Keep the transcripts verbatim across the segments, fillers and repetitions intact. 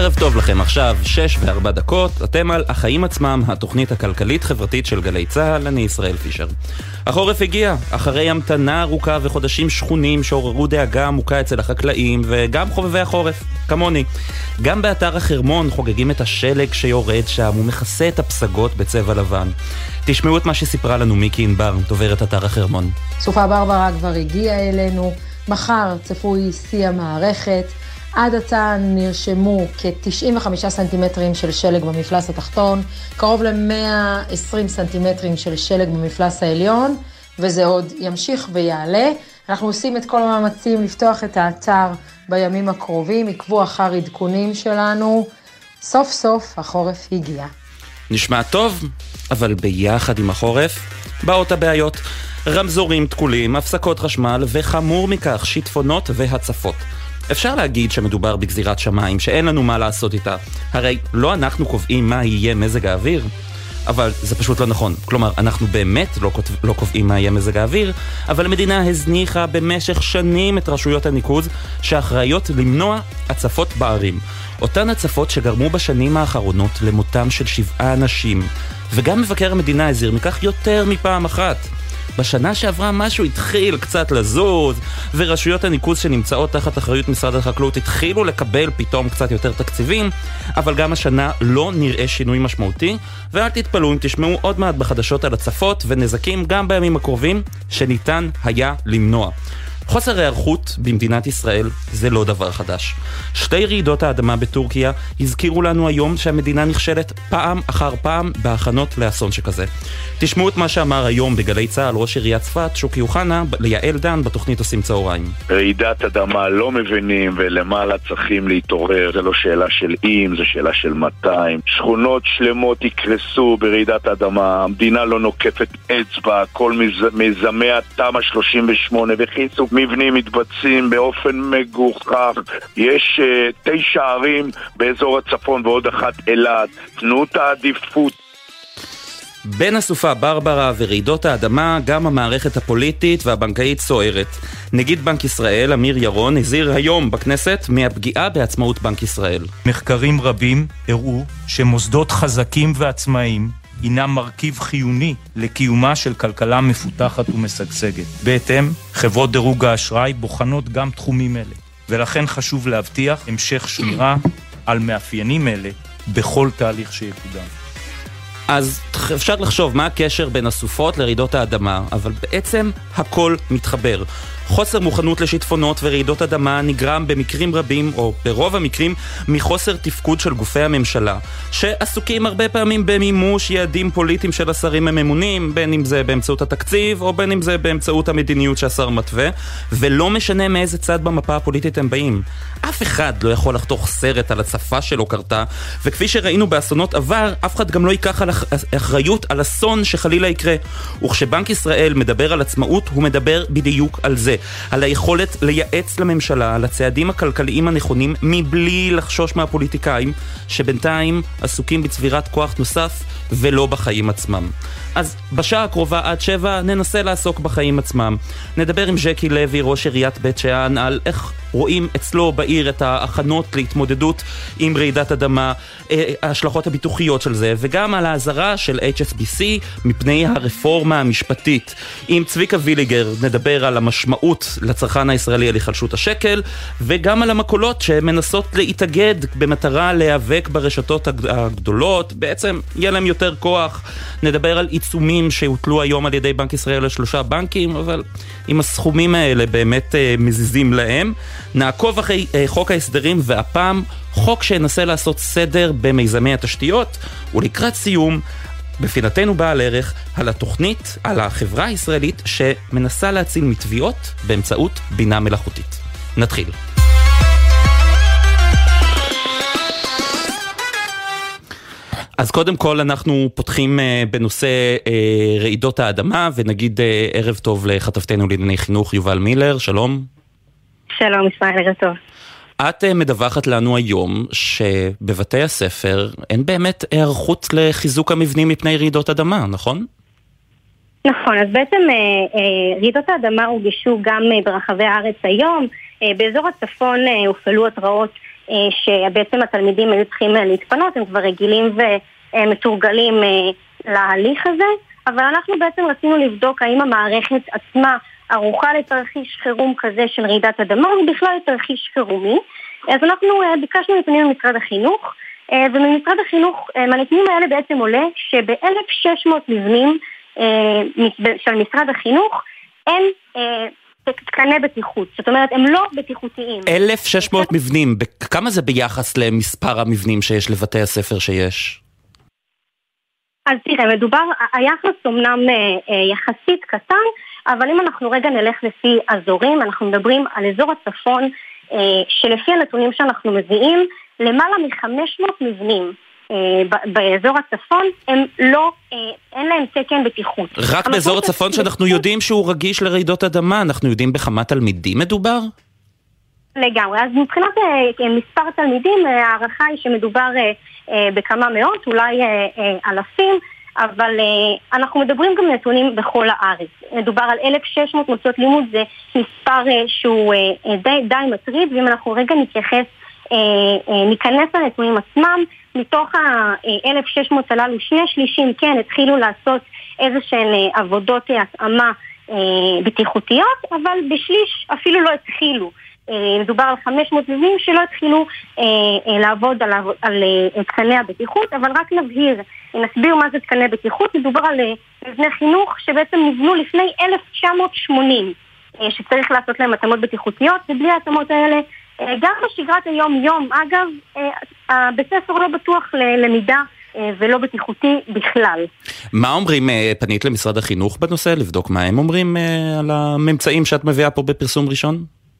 ערב טוב לכם, עכשיו שש וארבע דקות, אתם על החיים עצמם, התוכנית הכלכלית-חברתית של גלי צהל, אני ישראל פישר. החורף הגיע, אחרי המתנה ארוכה וחודשים שכונים שעוררו דאגה עמוקה אצל החקלאים וגם חובבי החורף, כמוני. גם באתר החרמון חוגגים את השלג שיורד שם ומכסה את הפסגות בצבע לבן. תשמעו את מה שסיפרה לנו מיקי ענבר, דוברת אתר החרמון. סופה ברברה כבר הגיעה אלינו, מחר צפוי שיא המערכת, עד עתה נרשמו כ-תשעים וחמישה סנטימטרים של שלג במפלס התחתון, קרוב ל-מאה ועשרים סנטימטרים של שלג במפלס העליון, וזה עוד ימשיך ויעלה. אנחנו עושים את כל המאמצים לפתוח את האתר בימים הקרובים, עקבו אחר עדכונים שלנו. סוף סוף החורף הגיע. נשמע טוב, אבל ביחד עם החורף באות הבעיות. רמזורים תקולים, הפסקות חשמל וחמור מכך שיטפונות והצפות. אפשר להגיד שמדובר בגזירת שמיים, שאין לנו מה לעשות איתה. הרי לא אנחנו קובעים מה יהיה מזג האוויר, אבל זה פשוט לא נכון. כלומר, אנחנו באמת לא, לא קובעים מה יהיה מזג האוויר, אבל המדינה הזניחה במשך שנים את רשויות הניקוז שאחראיות למנוע הצפות בערים. אותן הצפות שגרמו בשנים האחרונות למותם של שבעה אנשים, וגם מבקר המדינה הזהיר מכך יותר מפעם אחת. בשנה שעברה משהו התחיל קצת לזוז, ורשויות הניקוז שנמצאות תחת אחריות משרד החקלאות התחילו לקבל פתאום קצת יותר תקציבים, אבל גם השנה לא נראה שינוי משמעותי, ואל תתפלאו אם תשמעו עוד מעט בחדשות על הצפות ונזקים גם בימים הקרובים שניתן היה למנוע. חוסר הערכות במדינת ישראל זה לא דבר חדש. שתי רעידות האדמה בטורקיה הזכירו לנו היום שהמדינה נכשלת פעם אחר פעם בהכנות לאסון שכזה. תשמעו את מה שאמר היום בגלי צהל ראש עיריית צפת, שוקי אוחנה, ליעל דן בתוכנית עושים צהריים. רעידת אדמה לא מבינים ולמעלה צריכים להתעורר, זה לא שאלה של אם, זה שאלה של מאתיים. שכונות שלמות יקרסו ברעידת אדמה, המדינה לא נוקפת אצבע, כל מיזמי תמ"א שלושים ושמונה וחיזוק מבנים מתבצעים באופן מגוחך. יש uh, תשע ערים באזור הצפון ועוד אחת אילת. תנו את העדיפות. בין הסופה ברברה ורעידות האדמה, גם המערכת הפוליטית והבנקאית סוערת. נגיד בנק ישראל, אמיר ירון, הזהיר היום בכנסת מהפגיעה בעצמאות בנק ישראל. מחקרים רבים הראו שמוסדות חזקים ועצמאיים הינם מרכיב חיוני לקיומה של כלכלה מפותחת ומשגשגת. בהתאם, חברות דירוג האשראי בוחנות גם תחומים אלה, ולכן חשוב להבטיח המשך שמירה על מאפיינים אלה בכל תהליך שיקודם. אז אפשר לחשוב מה הקשר בין הסופות לרעידות האדמה, אבל בעצם הכל מתחבר. חוסר מוכנות לשיטפונות ורעידות אדמה נגרם במקרים רבים, או ברוב המקרים, מחוסר תפקוד של גופי הממשלה, שעסוקים הרבה פעמים במימוש יעדים פוליטיים של השרים הממונים, בין אם זה באמצעות התקציב, או בין אם זה באמצעות המדיניות שהשר מתווה, ולא משנה מאיזה צד במפה הפוליטית הם באים. אף אחד לא יכול לחתוך סרט על הצפה שלו קרתה, וכפי שראינו באסונות עבר, אף אחד גם לא ייקח על אחריות על אסון שחלילה יקרה. וכשבנק ישראל מדבר על עצמאות, הוא מדבר בדיוק על זה. על היכולת לייעץ לממשלה על הצעדים הכלכליים הנכונים מבלי לחשוש מהפוליטיקאים שבינתיים עסוקים בצבירת כוח נוסף ולא בחיים עצמם. אז בשעה הקרובה עד שבע ננסה לעסוק בחיים עצמם. נדבר עם ז'קי לוי, ראש עיריית בית שאן, על איך רואים אצלו בעיר את ההכנות להתמודדות עם רעידת אדמה, ההשלכות הביטוחיות של זה, וגם על ההזרה של אייץ' אס בי סי מפני הרפורמה המשפטית. עם צביקה ויליגר נדבר על המשמעות לצרכן הישראלי על היחלשות השקל, וגם על המקולות שמנסות להתאגד במטרה להיאבק ברשתות הגדולות, בעצם יהיה להם יותר כוח. נדבר על עיצומים שהוטלו היום על ידי בנק ישראל לשלושה בנקים, אבל עם הסכומים האלה באמת מזיזים להם. נעקוב אחרי חוק ההסדרים, והפעם חוק שינסה לעשות סדר במיזמי התשתיות, ולקראת סיום בפינתנו בעל ערך על התוכנית, על החברה הישראלית שמנסה להציל מתביעות באמצעות בינה מלאכותית. נתחיל. אז קודם כל אנחנו פותחים בנושא רעידות האדמה, ונגיד ערב טוב לכתבתנו לענייני חינוך יובל מילר. שלום. שלום ישראל, ערב טוב. את מדווחת לנו היום שבבתי הספר אין באמת היערכות לחיזוק המבנים מפני רעידות אדמה, נכון? נכון, אז בעצם רעידות האדמה הורגשו גם ברחבי הארץ היום. באזור הצפון הופעלו התראות שבעצם התלמידים היו צריכים להתפנות, הם כבר רגילים ומתורגלים להליך הזה, אבל אנחנו בעצם רצינו לבדוק האם המערכת עצמה ערוכה לתרחיש חירום כזה של רעידת אדמה, ובכלל לתרחיש חירומי. אז אנחנו ביקשנו נתונים ממשרד החינוך, וממשרד החינוך, מהנתונים האלה בעצם עולה שב-אלף ושש מאות מבנים של משרד החינוך אין תקני בטיחות, זאת אומרת הם לא בטיחותיים. אלף ושש מאות מבנים, כמה זה ביחס למספר המבנים שיש לבתי הספר שיש? אז תראה, מדובר, היחס אומנם יחסית קטן, אבל אם אנחנו רגע נלך לפי אזורים, אנחנו מדברים על אזור הצפון, שלפי הנתונים שאנחנו מביאים, למעלה מ-חמש מאות מבנים באזור הצפון, הם לא, אין להם תקן בטיחות. רק באזור הצפון שאנחנו יודעים שהוא רגיש לרעידות אדמה, אנחנו יודעים בכמה תלמידים מדובר? לגמרי, אז מבחינת מספר תלמידים, הערכה היא שמדובר בכמה מאות, אולי אלפים, אבל אנחנו מדברים גם נתונים בכל הארץ. מדובר על אלף ושש מאות מוסדות לימוד, זה מספר שהוא די, די מטריד, ואם אנחנו רגע נתייחס, ניכנס לנתונים עצמם, מתוך ה-אלף ושש מאות הללו, שני שלישים כן התחילו לעשות איזה שהן עבודות התאמה בטיחותיות, אבל בשליש אפילו לא התחילו. מדובר על חמש מאות מבנים שלא התחילו לעבוד על, על תקני הבטיחות, אבל רק נבהיר, נסביר מה זה תקני בטיחות. מדובר על מבני חינוך שבעצם נבנו לפני אלף תשע מאות שמונים, שצריך לעשות להם התאמות בטיחותיות, ובלי ההתאמות האלה, גם בשגרת היום יום, אגב, בית ספר לא בטוח ללמידה ולא בטיחותי בכלל. מה אומרים, פנית למשרד החינוך בנושא, לבדוק מה הם אומרים על הממצאים שאת מביאה פה בפרסום ראשון?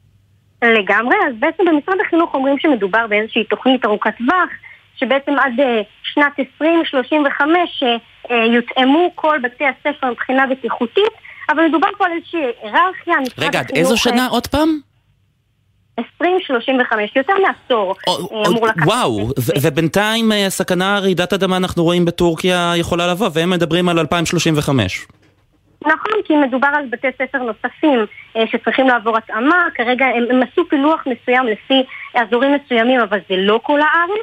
לגמרי, אז בעצם במשרד החינוך אומרים שמדובר באיזושהי תוכנית ארוכת טווח, שבעצם עד שנת עשרים שלושים וחמש יותאמו כל בתי הספר מבחינה בטיחותית, אבל מדובר פה על איזושהי היררכיה. רגע, עד איזו שנה עוד פעם? עשרים שלושים וחמש, יותר מעשור אמור לקחת. וואו, ובינתיים סכנה רעידת אדמה אנחנו רואים בטורקיה יכולה לבוא, והם מדברים על אלפיים שלושים וחמש. נכון, כי מדובר על בתי ספר נוספים שצריכים לעבור התאמה, כרגע הם, הם עשו פילוח מסוים לפי אזורים מסוימים, אבל זה לא כל הארץ.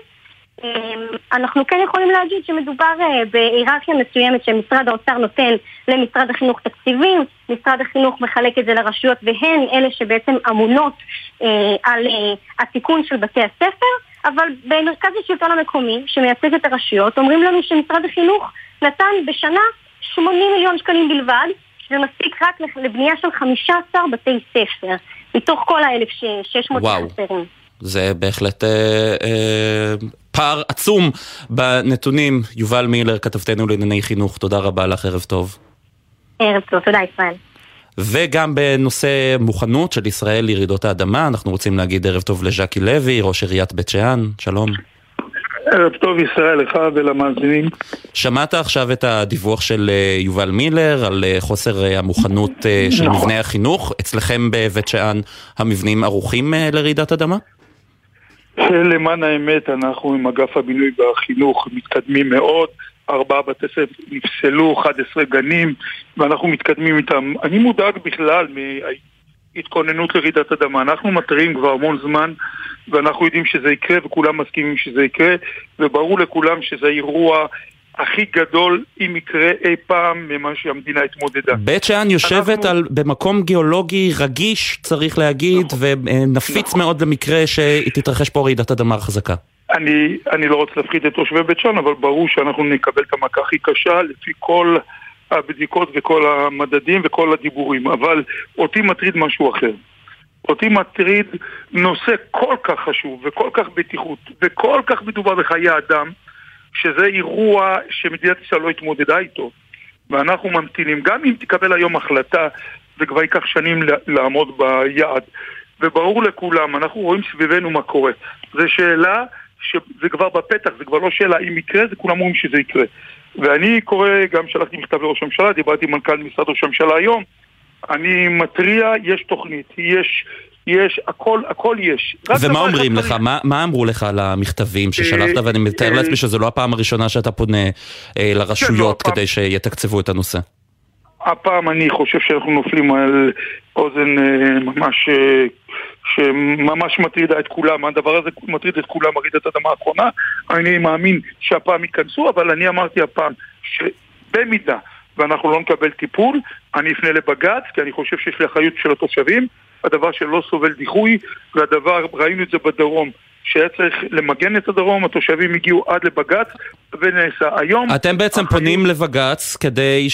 אנחנו כן יכולים להגיד שמדובר בהיררכיה מסוימת שמשרד האוצר נותן למשרד החינוך תקציבים, משרד החינוך מחלק את זה לרשויות, והן אלה שבעצם אמונות על התיקון של בתי הספר, אבל במרכז השלטון המקומי שמייצג את הרשויות אומרים לנו שמשרד החינוך נתן בשנה שמונים מיליון שקלים בלבד, שזה מספיק רק לבנייה של חמישה עשר בתי ספר, מתוך כל ה-אלף ושש מאות חסרים. זה בהחלט אה, אה, פער עצום בנתונים. יובל מילר, כתבתנו לענייני חינוך, תודה רבה לך, ערב טוב. ערב טוב, תודה ישראל. וגם בנושא מוכנות של ישראל לירידות האדמה, אנחנו רוצים להגיד ערב טוב לז'קי לוי, ראש עיריית בית שאן, שלום. ערב טוב ישראל, לך ולמאזינים. שמעת עכשיו את הדיווח של יובל מילר על חוסר המוכנות של מבני החינוך. אצלכם בבית שאן המבנים ערוכים לרעידת אדמה? למען האמת, אנחנו עם אגף הבינוי והחינוך מתקדמים מאוד. ארבעה בתי ספר נפסלו, אחד עשר גנים, ואנחנו מתקדמים איתם. אני מודאג בכלל מהתכוננות לרעידת אדמה. אנחנו מטרים כבר המון זמן, ואנחנו יודעים שזה יקרה, וכולם מסכימים שזה יקרה, וברור לכולם שזה אירוע הכי גדול, אם יקרה אי פעם, ממה שהמדינה התמודדה. בית שאן יושבת אנחנו... על, במקום גיאולוגי רגיש, צריך להגיד, נכון. ונפיץ נכון. מאוד למקרה שתתרחש פה רעידת אדמה חזקה. אני, אני לא רוצה להפחיד את תושבי בית שאן, אבל ברור שאנחנו נקבל את המכה הכי קשה, לפי כל הבדיקות וכל המדדים וכל הדיבורים, אבל אותי מטריד משהו אחר. אותי מטריד נושא כל כך חשוב וכל כך בטיחות וכל כך מדובר בחיי אדם, שזה אירוע שמדינת ישראל לא התמודדה איתו, ואנחנו ממתינים. גם אם תקבל היום החלטה וכבר ייקח שנים לעמוד ביעד, וברור לכולם, אנחנו רואים סביבנו מה קורה. זו שאלה שזה כבר בפתח, זה כבר לא שאלה אם יקרה, זה כולם אומרים שזה יקרה. ואני קורא, גם שלחתי מכתב לראש הממשלה, דיברתי עם מנכ"ל משרד ראש הממשלה היום, אני מטריע, יש תוכנית, יש, יש, הכל, הכל יש. ומה אומרים לך? מה, מה אמרו לך על המכתבים ששלחת? ואני מתאר לעצמי שזו לא הפעם הראשונה שאתה פונה אה, לרשויות כדי הפעם... שיתקצבו את הנושא. הפעם אני חושב שאנחנו נופלים על אוזן אה, ממש אה, שממש מטרידה את כולם. הדבר הזה מטריד את כולם, רעידת האדמה האחרונה. אני מאמין שהפעם ייכנסו, אבל אני אמרתי הפעם שבמידה ואנחנו לא נקבל טיפול, אני אפנה לבג"ץ, כי אני חושב שיש לי אחריות של התושבים, הדבר שלא סובל דיחוי, והדבר, ראינו את זה בדרום, שהיה צריך למגן את הדרום, התושבים הגיעו עד לבג"ץ, ונעשה היום. אתם בעצם אחריות... פונים לבג"ץ כדי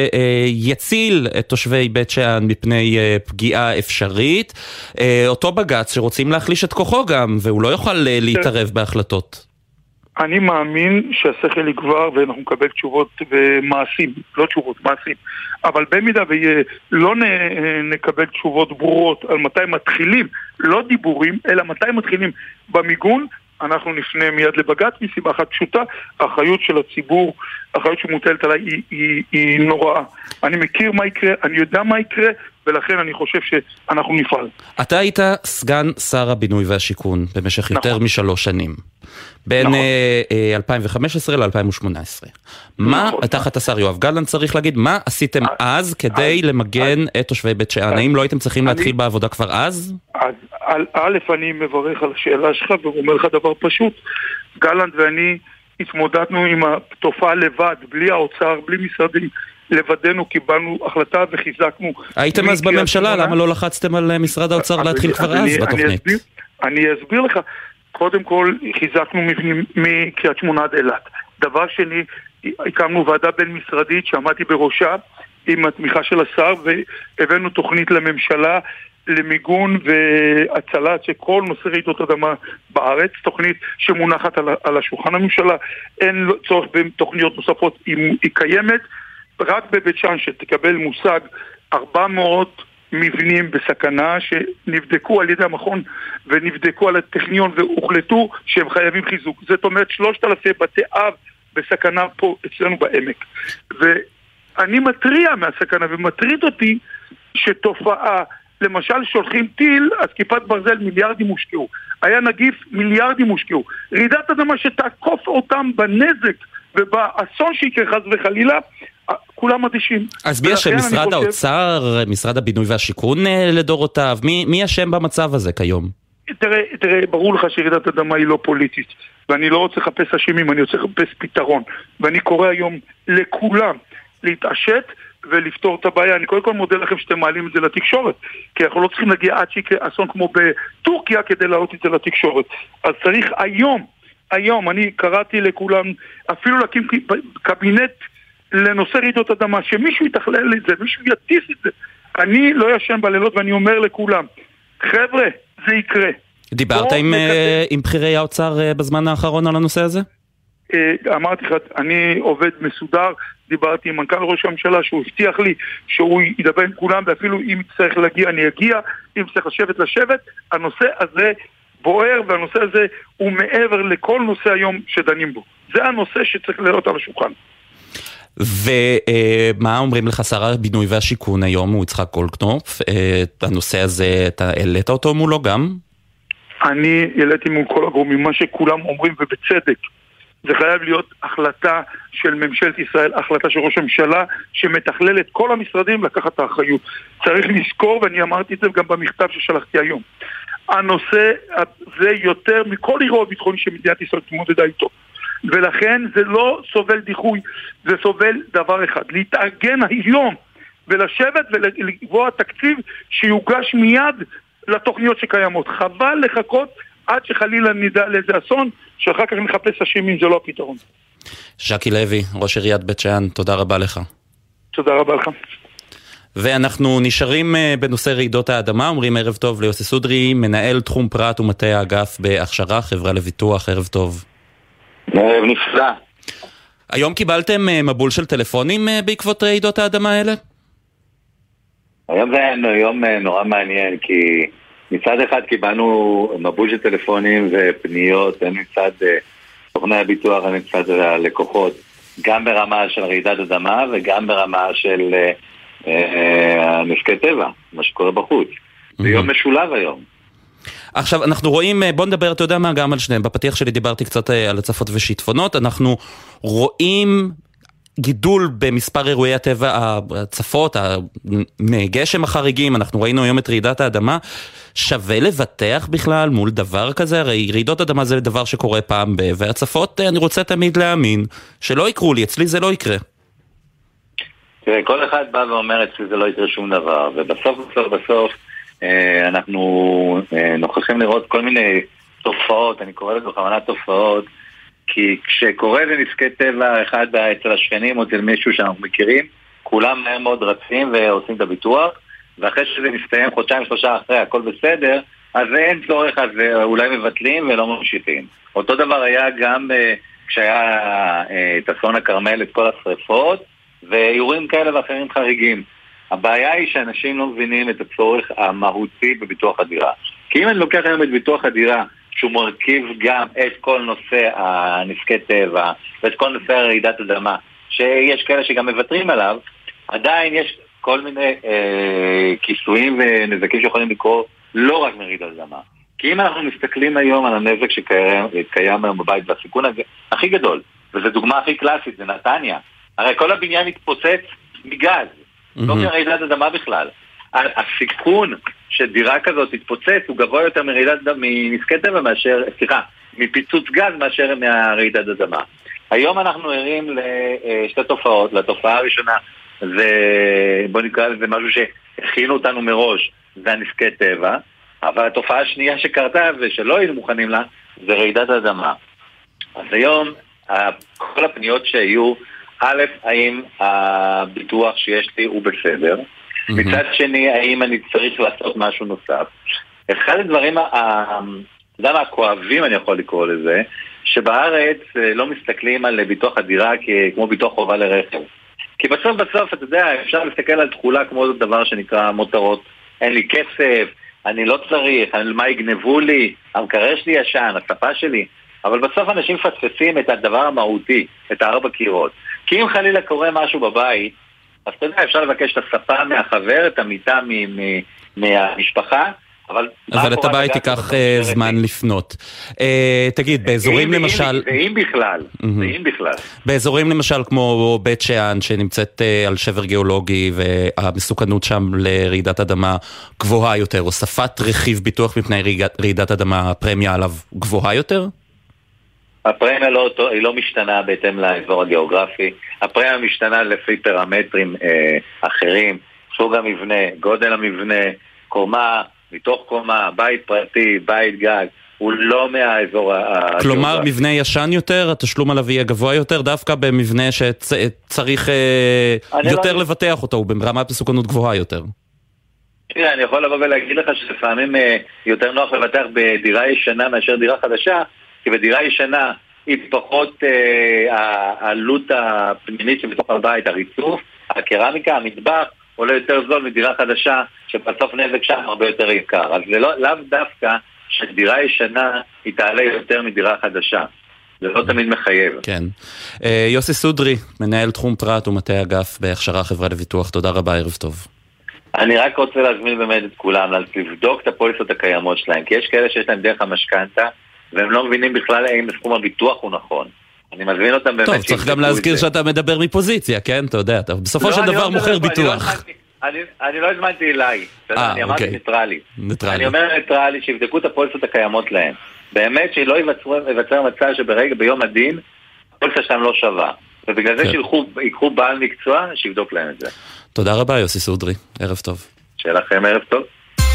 שיציל את תושבי בית שאן מפני פגיעה אפשרית, אותו בג"ץ שרוצים להחליש את כוחו גם, והוא לא יוכל להתערב בהחלטות. אני מאמין שהשכל יגבר ואנחנו נקבל תשובות ומעשים, לא תשובות, מעשים. אבל במידה ולא נקבל תשובות ברורות על מתי מתחילים, לא דיבורים, אלא מתי מתחילים במיגון, אנחנו נפנה מיד לבג"ץ מסיבה אחת פשוטה, האחריות של הציבור, האחריות שמוטלת עליי היא, היא, היא נוראה. אני מכיר מה יקרה, אני יודע מה יקרה, ולכן אני חושב שאנחנו נפעל. אתה היית סגן שר הבינוי והשיכון במשך יותר נכון. משלוש שנים. בין נכון. אלפיים וחמש עשרה ל-אלפיים ושמונה עשרה. נכון. מה, תחת השר יואב גלנט צריך להגיד, מה עשיתם אז, אז כדי אז, למגן אז, את תושבי בית שאן? האם לא הייתם צריכים אני, להתחיל בעבודה כבר אז? אז א', אני מברך על השאלה שלך ואומר לך דבר פשוט. גלנט ואני התמודדנו עם התופעה לבד, בלי האוצר, בלי משרדים. לבדנו קיבלנו החלטה וחיזקנו. הייתם אז בממשלה, למה לא לחצתם על משרד האוצר להתחיל כבר אז בתוכנית? אני אסביר לך. קודם כל חיזקנו מבנים מקריית שמונה עד אילת. דבר שני, הקמנו ועדה בין משרדית שעמדתי בראשה עם התמיכה של השר, והבאנו תוכנית לממשלה למיגון והצלת שכל נושא רעידות אדמה בארץ, תוכנית שמונחת על השולחן הממשלה, אין צורך בתוכניות נוספות, היא קיימת. רק בבית שאן שתקבל מושג ארבע מאות מבנים בסכנה שנבדקו על ידי המכון ונבדקו על הטכניון והוחלטו שהם חייבים חיזוק. זאת אומרת שלושת אלפים בתי אב בסכנה פה אצלנו בעמק. ואני מטריע מהסכנה ומטריד אותי שתופעה, למשל שולחים טיל, אז כיפת ברזל מיליארדים הושקעו. היה נגיף מיליארדים הושקעו. רעידת אדמה שתעקוף אותם בנזק ובאסון שיקרה חס וחלילה, כולם אדישים. אז מי השם? משרד חושב... האוצר, משרד הבינוי והשיכון לדורותיו? מי, מי השם במצב הזה כיום? תראה, תראה, ברור לך שרעידת אדמה היא לא פוליטית, ואני לא רוצה לחפש אשמים, אני רוצה לחפש פתרון. ואני קורא היום לכולם להתעשת ולפתור את הבעיה. אני קודם כל מודה לכם שאתם מעלים את זה לתקשורת, כי אנחנו לא צריכים להגיע עד שיקרה אסון כמו בטורקיה כדי להעלות את זה לתקשורת. אז צריך היום, היום, אני קראתי לכולם, אפילו להקים קבינט לנושא רעידות אדמה, שמישהו יתכלל את זה, מישהו יטיס את זה. אני לא ישן בלילות ואני אומר לכולם, חבר'ה, זה יקרה. דיברת עם, עם בחירי האוצר בזמן האחרון על הנושא הזה? אמרתי לך, אני עובד מסודר, דיברתי עם מנכ"ל ראש הממשלה שהוא הבטיח לי שהוא ידבר עם כולם, ואפילו אם צריך להגיע אני אגיע, אם צריך לשבת לשבת, הנושא הזה בוער והנושא הזה הוא מעבר לכל נושא היום שדנים בו. זה הנושא שצריך להיות על השולחן. ומה אומרים לך שר הבינוי והשיכון היום, הוא יצחק גולדקנופ, הנושא הזה, אתה העלית אותו מולו גם? אני העליתי מול כל הגורמים, מה שכולם אומרים ובצדק, זה חייב להיות החלטה של ממשלת ישראל, החלטה של ראש הממשלה, שמתכלל את כל המשרדים לקחת את האחריות. צריך לזכור, ואני אמרתי את זה גם במכתב ששלחתי היום, הנושא זה יותר מכל אירוע ביטחוני שמדינת ישראל תמודדה איתו. ולכן זה לא סובל דיחוי, זה סובל דבר אחד, להתארגן היום ולשבת ולקבוע תקציב שיוגש מיד לתוכניות שקיימות. חבל לחכות עד שחלילה נדע לאיזה אסון, שאחר כך נחפש אשמים, זה לא הפתרון. ז'קי לוי, ראש עיריית בית שאן, תודה רבה לך. תודה רבה לך. ואנחנו נשארים בנושא רעידות האדמה, אומרים ערב טוב ליוסי סודרי, מנהל תחום פרט ומטה האגף בהכשרה, חברה לביטוח, ערב טוב. ערב נפלא. היום קיבלתם מבול של טלפונים בעקבות רעידות האדמה האלה? היום זה היה יום נורא מעניין, כי מצד אחד קיבלנו מבול של טלפונים ופניות, הן מצד סוכני הביטוח, הן מצד הלקוחות, גם ברמה של רעידת אדמה וגם ברמה של נזקי טבע, מה שקורה בחוץ. זה יום משולב היום. עכשיו, אנחנו רואים, בוא נדבר, אתה יודע מה, גם על שניהם. בפתיח שלי דיברתי קצת על הצפות ושיטפונות. אנחנו רואים גידול במספר אירועי הטבע, הצפות, הגשם החריגים, אנחנו ראינו היום את רעידת האדמה, שווה לבטח בכלל מול דבר כזה? הרי רעידות אדמה זה דבר שקורה פעם ב... והצפות אני רוצה תמיד להאמין שלא יקרו לי, אצלי זה לא יקרה. תראה, כל אחד בא ואומר אצלי זה לא יקרה שום דבר, ובסוף בסוף בסוף אה, אנחנו אה, נוכחים לראות כל מיני תופעות, אני קורא לזה בכוונה תופעות, כי כשקורה לנזקי טבע אחד אצל השכנים או אצל מישהו שאנחנו מכירים, כולם מהר מאוד רצים ועושים את הביטוח, ואחרי שזה מסתיים חודשיים שלושה אחרי הכל בסדר, אז אין צורך, אז אולי מבטלים ולא ממשיכים. אותו דבר היה גם uh, כשהיה uh, את אסון הכרמל, את כל השריפות, ואירועים כאלה ואחרים חריגים. הבעיה היא שאנשים לא מבינים את הצורך המהותי בביטוח הדירה. כי אם אני לוקח היום את ביטוח הדירה, שהוא מרכיב גם את כל נושא הנזקי טבע, ואת כל נושא הרעידת אדמה, שיש כאלה שגם מבטרים עליו, עדיין יש כל מיני אה, כיסויים ונזקים שיכולים לקרות לא רק מרעידת אדמה. כי אם אנחנו מסתכלים היום על הנזק שקיים היום בבית, והסיכון הכי גדול, וזו דוגמה הכי קלאסית, זה נתניה. הרי כל הבניין מתפוצץ מגז, mm-hmm. לא מרעידת אדמה בכלל. הסיכון שדירה כזאת תתפוצץ הוא גבוה יותר מרעידת אדמה, מנזקי טבע מאשר, סליחה, מפיצוץ גז מאשר מהרעידת אדמה. היום אנחנו ערים לשתי תופעות. לתופעה הראשונה, זה, בוא נקרא לזה משהו שהכינו אותנו מראש, זה הנזקי טבע, אבל התופעה השנייה שקרתה ושלא היינו מוכנים לה, זה רעידת אדמה. אז היום, כל הפניות שהיו, א', האם הביטוח שיש לי הוא בסדר, mm-hmm. מצד שני, האם אני צריך לעשות משהו נוסף. אחד הדברים הכואבים, אני יכול לקרוא לזה, שבארץ לא מסתכלים על ביטוח הדירה כמו ביטוח חובה לרכב. כי בסוף בסוף, אתה יודע, אפשר להסתכל על תחולה כמו זאת דבר שנקרא מותרות. אין לי כסף, אני לא צריך, אני, מה יגנבו לי, המקרר שלי ישן, הספה שלי. אבל בסוף אנשים פספסים את הדבר המהותי, את הארבע קירות. כי אם חלילה קורה משהו בבית, אז אתה יודע, אפשר לבקש את הספה מהחבר, את המיטה מ- מ- מהמשפחה, אבל... אבל את הבית ייקח זמן לפנות. תגיד, באזורים למשל... ואם בכלל, ואם בכלל. באזורים למשל כמו בית שאן, שנמצאת על שבר גיאולוגי, והמסוכנות שם לרעידת אדמה גבוהה יותר, הוספת רכיב ביטוח מפני רעידת אדמה, הפרמיה עליו גבוהה יותר? הפרמיה לא, היא לא משתנה בהתאם לאזור הגיאוגרפי. הפרמיה משתנה לפי פרמטרים אה, אחרים, סוג המבנה, גודל המבנה, קומה, מתוך קומה, בית פרטי, בית גג, הוא לא מהאזור הגיאוגרפי. כלומר, מבנה ישן יותר, התשלום עליו יהיה גבוה יותר, דווקא במבנה שצריך אה, יותר לא... לבטח אותו, הוא ברמת מסוכנות גבוהה יותר. תראה, אני יכול לבוא ולהגיד לך שלפעמים אה, יותר נוח לבטח בדירה ישנה מאשר דירה חדשה, כי בדירה ישנה היא פחות אה, העלות הפנימית שבתוך הבית, הריצוף, הקרמיקה, המטבח, עולה יותר זול מדירה חדשה, שבסוף נזק שם הרבה יותר יקר. אז זה לא, לאו דווקא שדירה ישנה היא תעלה יותר מדירה חדשה. זה לא תמיד מחייב. כן. אה, יוסי סודרי, מנהל תחום פרט ומטה אגף בהכשרה חברה לביטוח. תודה רבה, ערב טוב. אני רק רוצה להזמין באמת את כולם, לבדוק את הפוליסות הקיימות שלהם, כי יש כאלה שיש להם דרך המשכנתה, והם לא מבינים בכלל האם סכום הביטוח הוא נכון. אני מזמין אותם באמת... טוב, צריך גם להזכיר שאתה מדבר מפוזיציה, כן? אתה יודע, אתה בסופו של דבר מוכר ביטוח. אני לא הזמנתי אליי, אני אמרתי ניטרלי. אני אומר ניטרלי, שיבדקו את הפוליסות הקיימות להם. באמת שלא ייווצר מצב שברגע, ביום הדין, הפוליסה שלהם לא שווה. ובגלל זה שיקחו בעל מקצוע, שיבדוק להם את זה. תודה רבה, יוסי סודרי. ערב טוב. שיהיה לכם ערב טוב.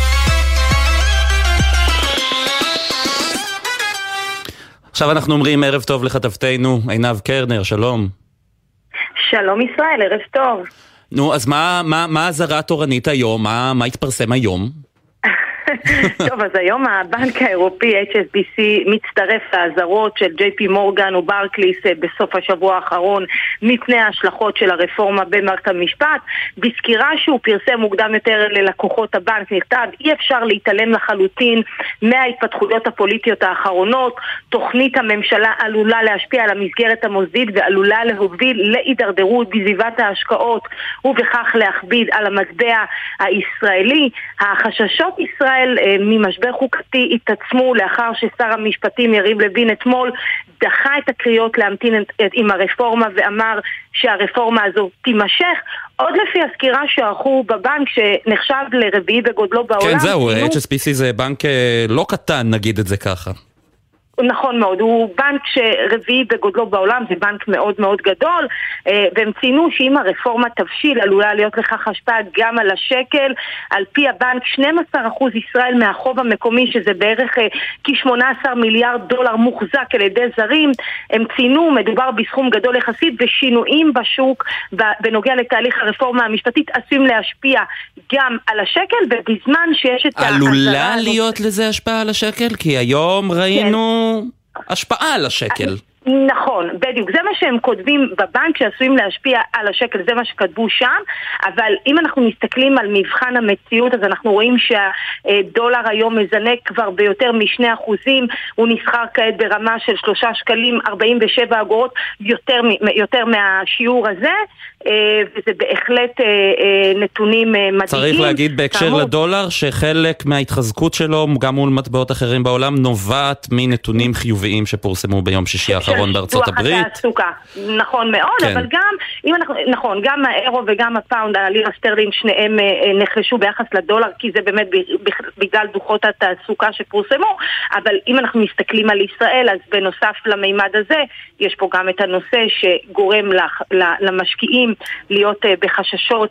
עכשיו אנחנו אומרים ערב טוב לכתבתנו, עינב קרנר, שלום. שלום ישראל, ערב טוב. נו, אז מה, מה, מה הזרה תורנית היום? מה, מה התפרסם היום? טוב, אז היום הבנק האירופי אייץ' אס בי סי מצטרף להזהרות של ג'יי פי מורגן וברקליס בסוף השבוע האחרון מפני ההשלכות של הרפורמה במערכת המשפט. בסקירה שהוא פרסם מוקדם יותר ללקוחות הבנק נכתב, אי אפשר להתעלם לחלוטין מההתפתחויות הפוליטיות האחרונות. תוכנית הממשלה עלולה להשפיע על המסגרת המוסדית ועלולה להוביל להידרדרות בסביבת ההשקעות ובכך להכביד על המטבע הישראלי. החששות ישראל ממשבר חוקתי התעצמו לאחר ששר המשפטים יריב לוין אתמול דחה את הקריאות להמתין עם הרפורמה ואמר שהרפורמה הזו תימשך, עוד לפי הסקירה שערכו בבנק שנחשב לרביעי בגודלו בעולם. כן, זהו, אייץ' אס בי סי זה בנק לא קטן, נגיד את זה ככה. נכון מאוד, הוא בנק שרביעי בגודלו בעולם, זה בנק מאוד מאוד גדול, והם ציינו שאם הרפורמה תבשיל עלולה להיות לכך השפעה גם על השקל. על פי הבנק שנים עשר אחוז ישראל מהחוב המקומי, שזה בערך כ-שמונה עשר מיליארד דולר מוחזק על ידי זרים. הם ציינו, מדובר בסכום גדול יחסית, ושינויים בשוק בנוגע לתהליך הרפורמה המשפטית עשויים להשפיע גם על השקל, ובזמן שיש את עלולה להיות לזה השפעה על השקל? כי היום ראינו השפעה על השקל. נכון, בדיוק, זה מה שהם כותבים בבנק שעשויים להשפיע על השקל, זה מה שכתבו שם. אבל אם אנחנו מסתכלים על מבחן המציאות, אז אנחנו רואים שהדולר היום מזנק כבר ביותר משני אחוזים, הוא נסחר כעת ברמה של שלושה שקלים ארבעים ושבע אגורות, יותר, יותר מהשיעור הזה, וזה בהחלט נתונים מדהימים. צריך להגיד בהקשר לדולר שחלק מההתחזקות שלו, גם מול מטבעות אחרים בעולם, נובעת מנתונים חיוביים שפורסמו ביום שישי האחרון בארצות הברית. נכון מאוד, אבל גם, אם אנחנו, נכון, גם האירו וגם הפאונד, הלירה סטרלינג, שניהם נחלשו ביחס לדולר, כי זה באמת בגלל דוחות התעסוקה שפורסמו. אבל אם אנחנו מסתכלים על ישראל, אז בנוסף למימד הזה, יש פה גם את הנושא שגורם למשקיעים להיות בחששות,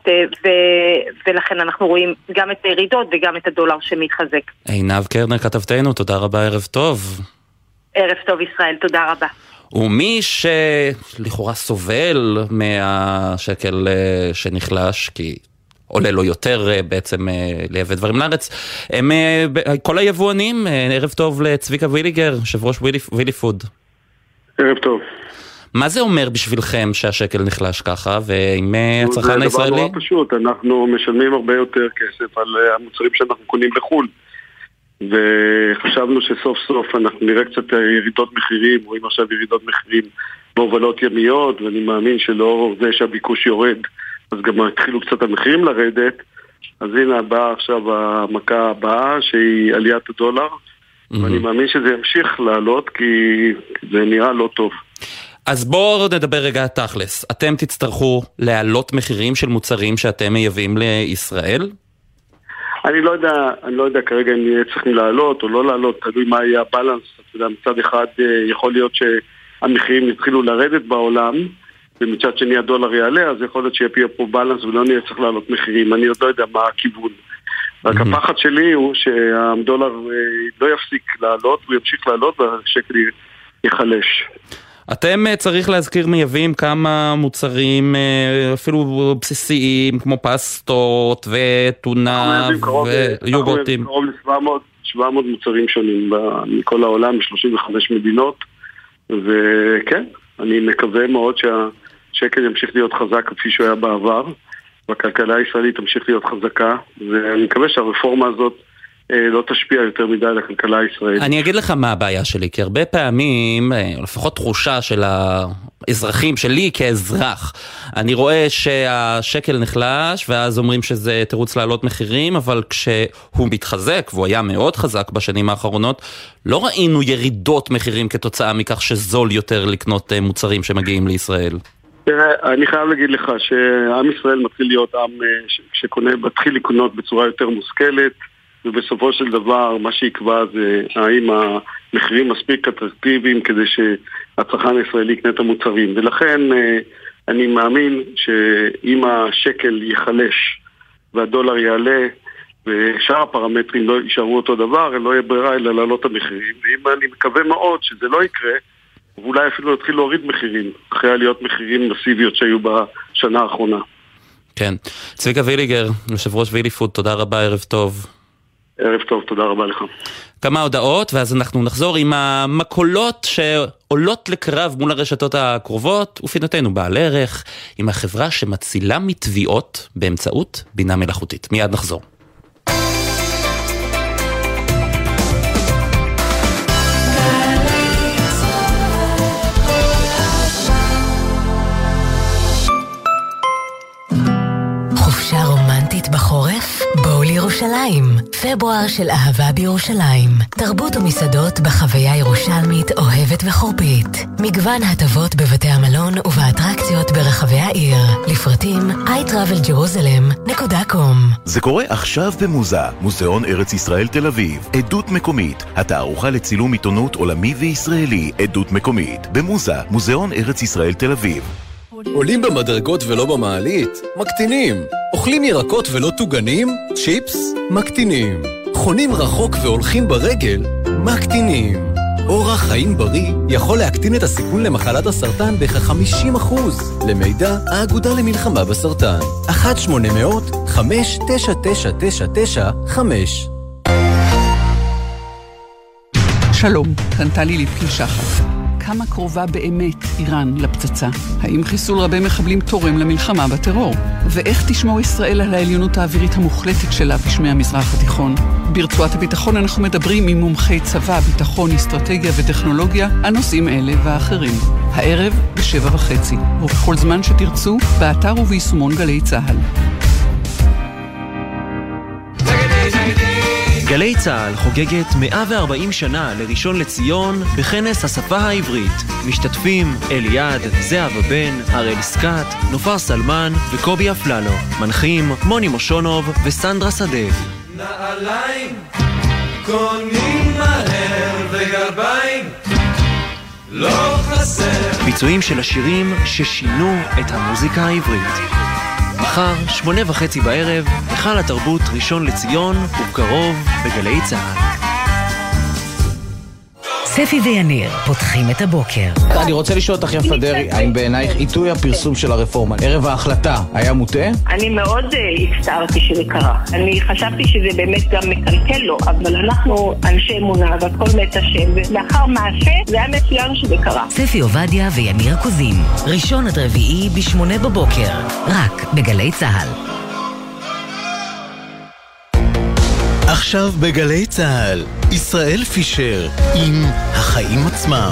ולכן אנחנו רואים גם את הירידות וגם את הדולר שמתחזק. עינב קרנר כתבתנו, תודה רבה, ערב טוב. ערב טוב ישראל, תודה רבה. ומי שלכאורה סובל מהשקל שנחלש, כי עולה לו יותר בעצם לייבא דברים לארץ, הם כל היבואנים. ערב טוב לצביקה ויליגר, יושב ראש וילי פוד. ערב טוב. מה זה אומר בשבילכם שהשקל נחלש ככה, ועם הצרכן הישראלי? זה דבר נורא פשוט, אנחנו משלמים הרבה יותר כסף על המוצרים שאנחנו קונים בחו"ל. וחשבנו שסוף סוף אנחנו נראה קצת ירידות מחירים, רואים עכשיו ירידות מחירים בהובלות ימיות, ואני מאמין שלא זה שהביקוש יורד, אז גם התחילו קצת המחירים לרדת. אז הנה הבאה עכשיו המכה הבאה שהיא עליית הדולר, mm-hmm. ואני מאמין שזה ימשיך לעלות כי זה נראה לא טוב. אז בואו נדבר רגע תכלס. אתם תצטרכו להעלות מחירים של מוצרים שאתם מייבאים לישראל? אני לא יודע, אני לא יודע כרגע אם נהיה צריכים לעלות או לא לעלות, תלוי מה יהיה הבלנס. אתה יודע, מצד אחד יכול להיות שהמחירים יתחילו לרדת בעולם, ומצד שני הדולר יעלה, אז יכול להיות שיהיה פה בלנס ולא נהיה צריך לעלות מחירים. אני עוד לא יודע מה הכיוון. רק הפחד שלי הוא שהדולר לא יפסיק לעלות, הוא ימשיך לעלות והשקל יחלש. אתם צריך להזכיר מייבאים כמה מוצרים אפילו בסיסיים כמו פסטות וטונה ויוגורטים. קרוב ל-שבע מאות מוצרים שונים מכל העולם, ב-שלושים וחמש מדינות, וכן, אני מקווה מאוד שהשקל ימשיך להיות חזק כפי שהוא היה בעבר, והכלכלה הישראלית תמשיך להיות חזקה, ואני מקווה שהרפורמה הזאת לא תשפיע יותר מדי על הכלכלה הישראלית. אני אגיד לך מה הבעיה שלי, כי הרבה פעמים, לפחות תחושה של האזרחים שלי כאזרח, אני רואה שהשקל נחלש, ואז אומרים שזה תירוץ לעלות מחירים, אבל כשהוא מתחזק, והוא היה מאוד חזק בשנים האחרונות, לא ראינו ירידות מחירים כתוצאה מכך שזול יותר לקנות מוצרים שמגיעים לישראל. תראה, אני חייב להגיד לך שעם ישראל מתחיל להיות עם שקונה, מתחיל לקנות בצורה יותר מושכלת, ובסופו של דבר מה שיקבע זה האם המחירים מספיק אטרקטיביים כדי שהצרכן הישראלי יקנה את המוצרים. ולכן אני מאמין שאם השקל ייחלש והדולר יעלה ושאר הפרמטרים לא יישארו אותו דבר, לא יהיה ברירה אלא לעלות המחירים. ואם אני מקווה מאוד שזה לא יקרה, ואולי אפילו יתחיל להוריד מחירים אחרי עליות מחירים מסיביות שהיו בשנה האחרונה. כן. צביקה ויליגר, יושב ראש וילי פוד, תודה רבה, ערב טוב. ערב טוב, תודה רבה לך. כמה הודעות, ואז אנחנו נחזור עם המקולות שעולות לקרב מול הרשתות הקרובות, ופינתנו בעל ערך, עם החברה שמצילה מתביעות באמצעות בינה מלאכותית. מיד נחזור. חופשה רומנטית רומנטית בחורף? בואו לירושלים. פברואר של אהבה בירושלים. תרבות ומסעדות בחוויה ירושלמית אוהבת וחורפית. מגוון הטבות בבתי המלון ובאטרקציות ברחבי העיר. לפרטים איי טראבל ג'רוזלם נקודה קום. זה קורה עכשיו במוזה, מוזיאון ארץ ישראל תל אביב. עדות מקומית, התערוכה לצילום עיתונות עולמי וישראלי. עדות מקומית, במוזה, מוזיאון ארץ ישראל תל אביב. עולים במדרגות ולא במעלית? מקטינים. אוכלים ירקות ולא טוגנים? צ'יפס? מקטינים. חונים רחוק והולכים ברגל? מקטינים. אורח חיים בריא יכול להקטין את הסיכון למחלת הסרטן בכ-חמישים אחוז. למידע, האגודה למלחמה בסרטן. אחת שמונה אפס אפס חמש תשע תשע תשע תשע חמש. שלום, כאן טלי ליפקין שחר. כמה קרובה באמת איראן לפצצה? האם חיסול רבי מחבלים תורם למלחמה בטרור? ואיך תשמור ישראל על העליונות האווירית המוחלטת שלה בשמי המזרח התיכון? ברצועת הביטחון אנחנו מדברים עם מומחי צבא, ביטחון, אסטרטגיה וטכנולוגיה על נושאים אלה ואחרים. הערב בשבע וחצי, ובכל זמן שתרצו, באתר וביישומון גלי צהל. גלי צהל חוגגת מאה וארבעים שנה לראשון לציון בכנס השפה העברית. משתתפים אליעד, זהבה בן, הראל סקאט, נופר סלמן וקובי אפללו. מנחים מוני מושונוב וסנדרה שדה. נעליים קונים מהר וגרביים לא חסר. ביצועים של השירים ששינו את המוזיקה העברית. מחר, שמונה וחצי בערב, היכל התרבות ראשון לציון, ובקרוב בגלי צהל. ספי ויניר פותחים את הבוקר. אני רוצה לשאול אותך יפה דרי, האם בעינייך עיתוי הפרסום של הרפורמה, ערב ההחלטה, היה מוטה? אני מאוד הצטערתי שזה קרה. אני חשבתי שזה באמת גם מקלקל לו, אבל אנחנו אנשי אמונה והכל מת השם, ולאחר מעשה זה היה מצוין שזה קרה. ספי עובדיה ויניר קוזין, ראשון עד רביעי בשמונה בבוקר, רק בגלי צהל. עכשיו בגלי צהל, ישראל פישר עם החיים עצמם.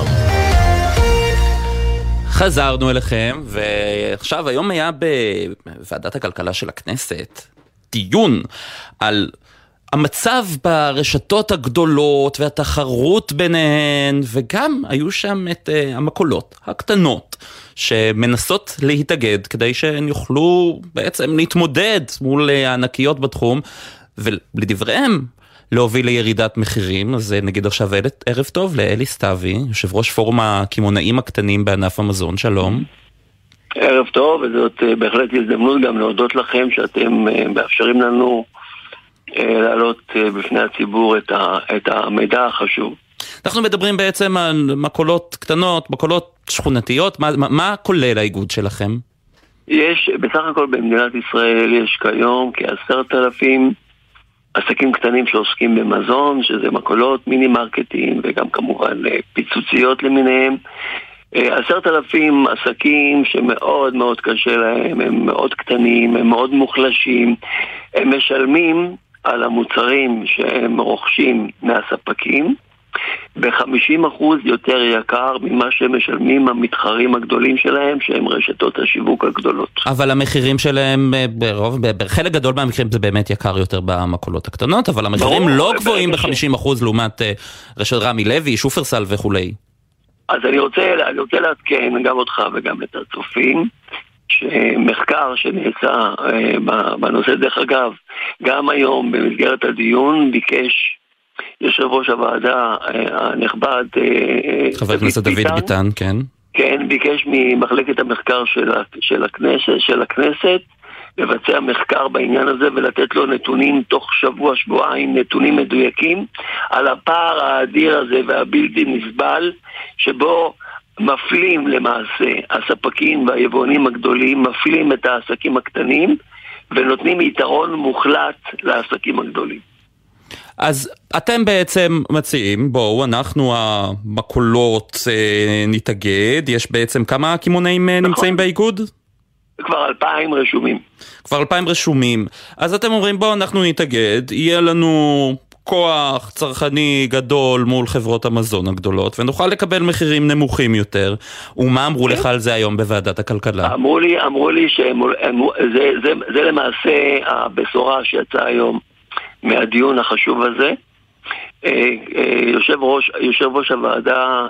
חזרנו אליכם, ועכשיו היום היה בוועדת הכלכלה של הכנסת דיון על המצב ברשתות הגדולות והתחרות ביניהן, וגם היו שם את uh, המקולות הקטנות שמנסות להתאגד כדי שהן יוכלו בעצם להתמודד מול הענקיות בתחום, ולדבריהם להוביל לירידת מחירים. אז נגיד עכשיו ערב טוב לאלי סתיוי, יושב ראש פורום הכימונאים הקטנים בענף המזון. שלום. ערב טוב, וזאת בהחלט הזדמנות גם להודות לכם שאתם מאפשרים לנו להעלות בפני הציבור את, ה, את המידע החשוב. אנחנו מדברים בעצם על מקולות קטנות, מקולות שכונתיות. מה, מה, מה כולל האיגוד שלכם? יש, בסך הכל במדינת ישראל יש כיום כעשרת אלפים עסקים קטנים שעוסקים במזון, שזה מקולות, מיני מרקטים וגם כמובן פיצוציות למיניהם. עשרת אלפים עסקים שמאוד מאוד קשה להם, הם מאוד קטנים, הם מאוד מוחלשים, הם משלמים על המוצרים שהם רוכשים מהספקים ב-חמישים אחוז יותר יקר ממה שהם משלמים המתחרים הגדולים שלהם, שהם רשתות השיווק הגדולות. אבל המחירים שלהם, ברוב, בחלק גדול מהמחירים זה באמת יקר יותר במקולות הקטנות, אבל המחירים ברור, לא גבוהים ב-חמישים אחוז לעומת רשת רמי לוי, שופרסל וכולי. אז אני רוצה, אני רוצה לעדכן גם אותך וגם את הצופים, שמחקר שנעשה בנושא, דרך אגב, גם היום במסגרת הדיון ביקש יושב ראש הוועדה הנכבד חבר הכנסת דוד ביטן, כן. כן, ביקש ממחלקת המחקר של, של הכנסת, של הכנסת לבצע מחקר בעניין הזה ולתת לו נתונים תוך שבוע, שבועיים, נתונים מדויקים על הפער האדיר הזה והבלתי נסבל שבו מפלים למעשה הספקים והיבואנים הגדולים, מפלים את העסקים הקטנים ונותנים יתרון מוחלט לעסקים הגדולים. אז אתם בעצם מציעים, בואו, אנחנו המקולות אה, נתאגד, יש בעצם כמה כימונאים נכון. נמצאים באיגוד? כבר אלפיים רשומים. כבר אלפיים רשומים. אז אתם אומרים, בואו, אנחנו נתאגד, יהיה לנו כוח צרכני גדול מול חברות המזון הגדולות, ונוכל לקבל מחירים נמוכים יותר. ומה אמרו לך על זה היום בוועדת הכלכלה? אמרו לי, אמרו לי שזה זה, זה למעשה הבשורה שיצאה היום מהדיון החשוב הזה. יושב ראש, יושב ראש הוועדה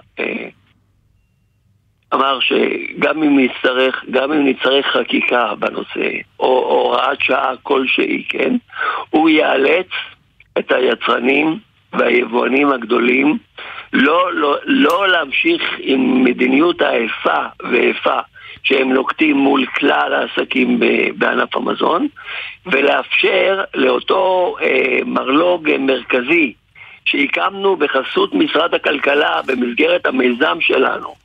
אמר שגם אם נצטרך, גם אם נצטרך חקיקה בנושא, או הוראת שעה כלשהי, כן, הוא יאלץ את היצרנים והיבואנים הגדולים לא, לא, לא להמשיך עם מדיניות האיפה ואיפה שהם נוקטים מול כלל העסקים בענף המזון, ולאפשר לאותו אה, מרלוג מרכזי שהקמנו בחסות משרד הכלכלה במסגרת המיזם שלנו,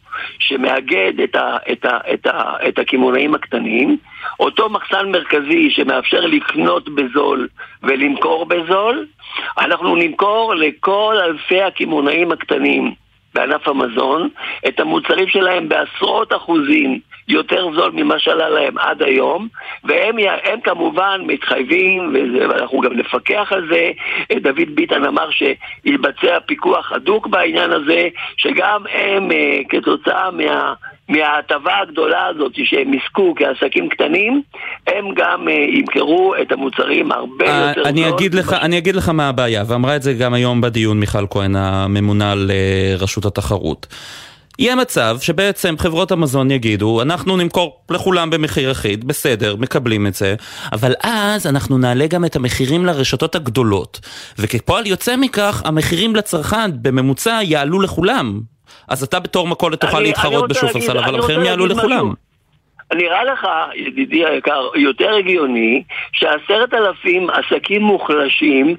שמאגד את ה, את ה, את ה, את הכימונאים הקטנים, אותו מחסן מרכזי שמאפשר לקנות בזול ולמכור בזול, אנחנו נמכור לכל אלפי הכימונאים הקטנים בענף המזון את המוצרים שלהם בעשרות אחוזים יותר זול ממה שעלה להם עד היום, והם הם כמובן מתחייבים, ואנחנו גם נפקח על זה. דוד ביטן אמר שיתבצע פיקוח הדוק בעניין הזה, שגם הם כתוצאה מה... מההטבה הגדולה הזאת שהם עסקו כעסקים קטנים, הם גם ימכרו את המוצרים הרבה יותר אני אגיד לך, אני אגיד לך מה הבעיה, ואמרה את זה גם היום בדיון מיכל כהן, הממונה על רשות התחרות. יהיה מצב שבעצם חברות המזון יגידו, אנחנו נמכור לכולם במחיר אחיד, בסדר, מקבלים את זה, אבל אז אנחנו נעלה גם את המחירים לרשתות הגדולות, וכפועל יוצא מכך, המחירים לצרכן בממוצע יעלו לכולם. אז אתה בתור מכולת תוכל להתחרות בשופרסל, אבל המחירים יעלו לכולם. נראה לך, ידידי היקר, יותר הגיוני שעשרת אלפים עסקים מוחלשים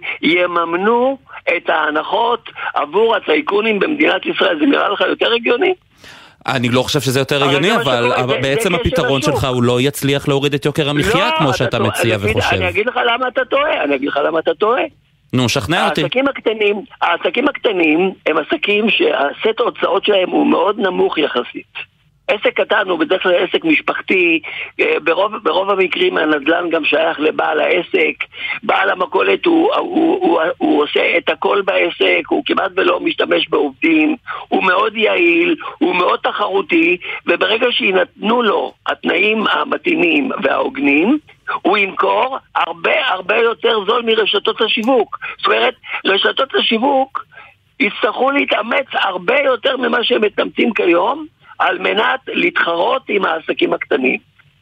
יממנו את ההנחות עבור הטייקונים במדינת ישראל. זה נראה לך יותר הגיוני? אני לא חושב שזה יותר הגיוני, אבל בעצם הפתרון שלך הוא לא יצליח להוריד את יוקר המחיה כמו שאתה מציע וחושב. אני אגיד לך למה אתה טועה, אני אגיד לך למה אתה טועה. נו, שכנע אותי. העסקים הקטנים, העסקים הקטנים הם עסקים שהסט ההוצאות שלהם הוא מאוד נמוך יחסית. עסק קטן הוא בדרך כלל עסק משפחתי, ברוב, ברוב המקרים הנדל"ן גם שייך לבעל העסק, בעל המכולת הוא, הוא, הוא, הוא, הוא עושה את הכל בעסק, הוא כמעט ולא משתמש בעובדים, הוא מאוד יעיל, הוא מאוד תחרותי, וברגע שינתנו לו התנאים המתאימים וההוגנים, הוא ימכור הרבה הרבה יותר זול מרשתות השיווק. זאת אומרת, רשתות השיווק יצטרכו להתאמץ הרבה יותר ממה שהם מתאמצים כיום, על מנת להתחרות עם העסקים הקטנים.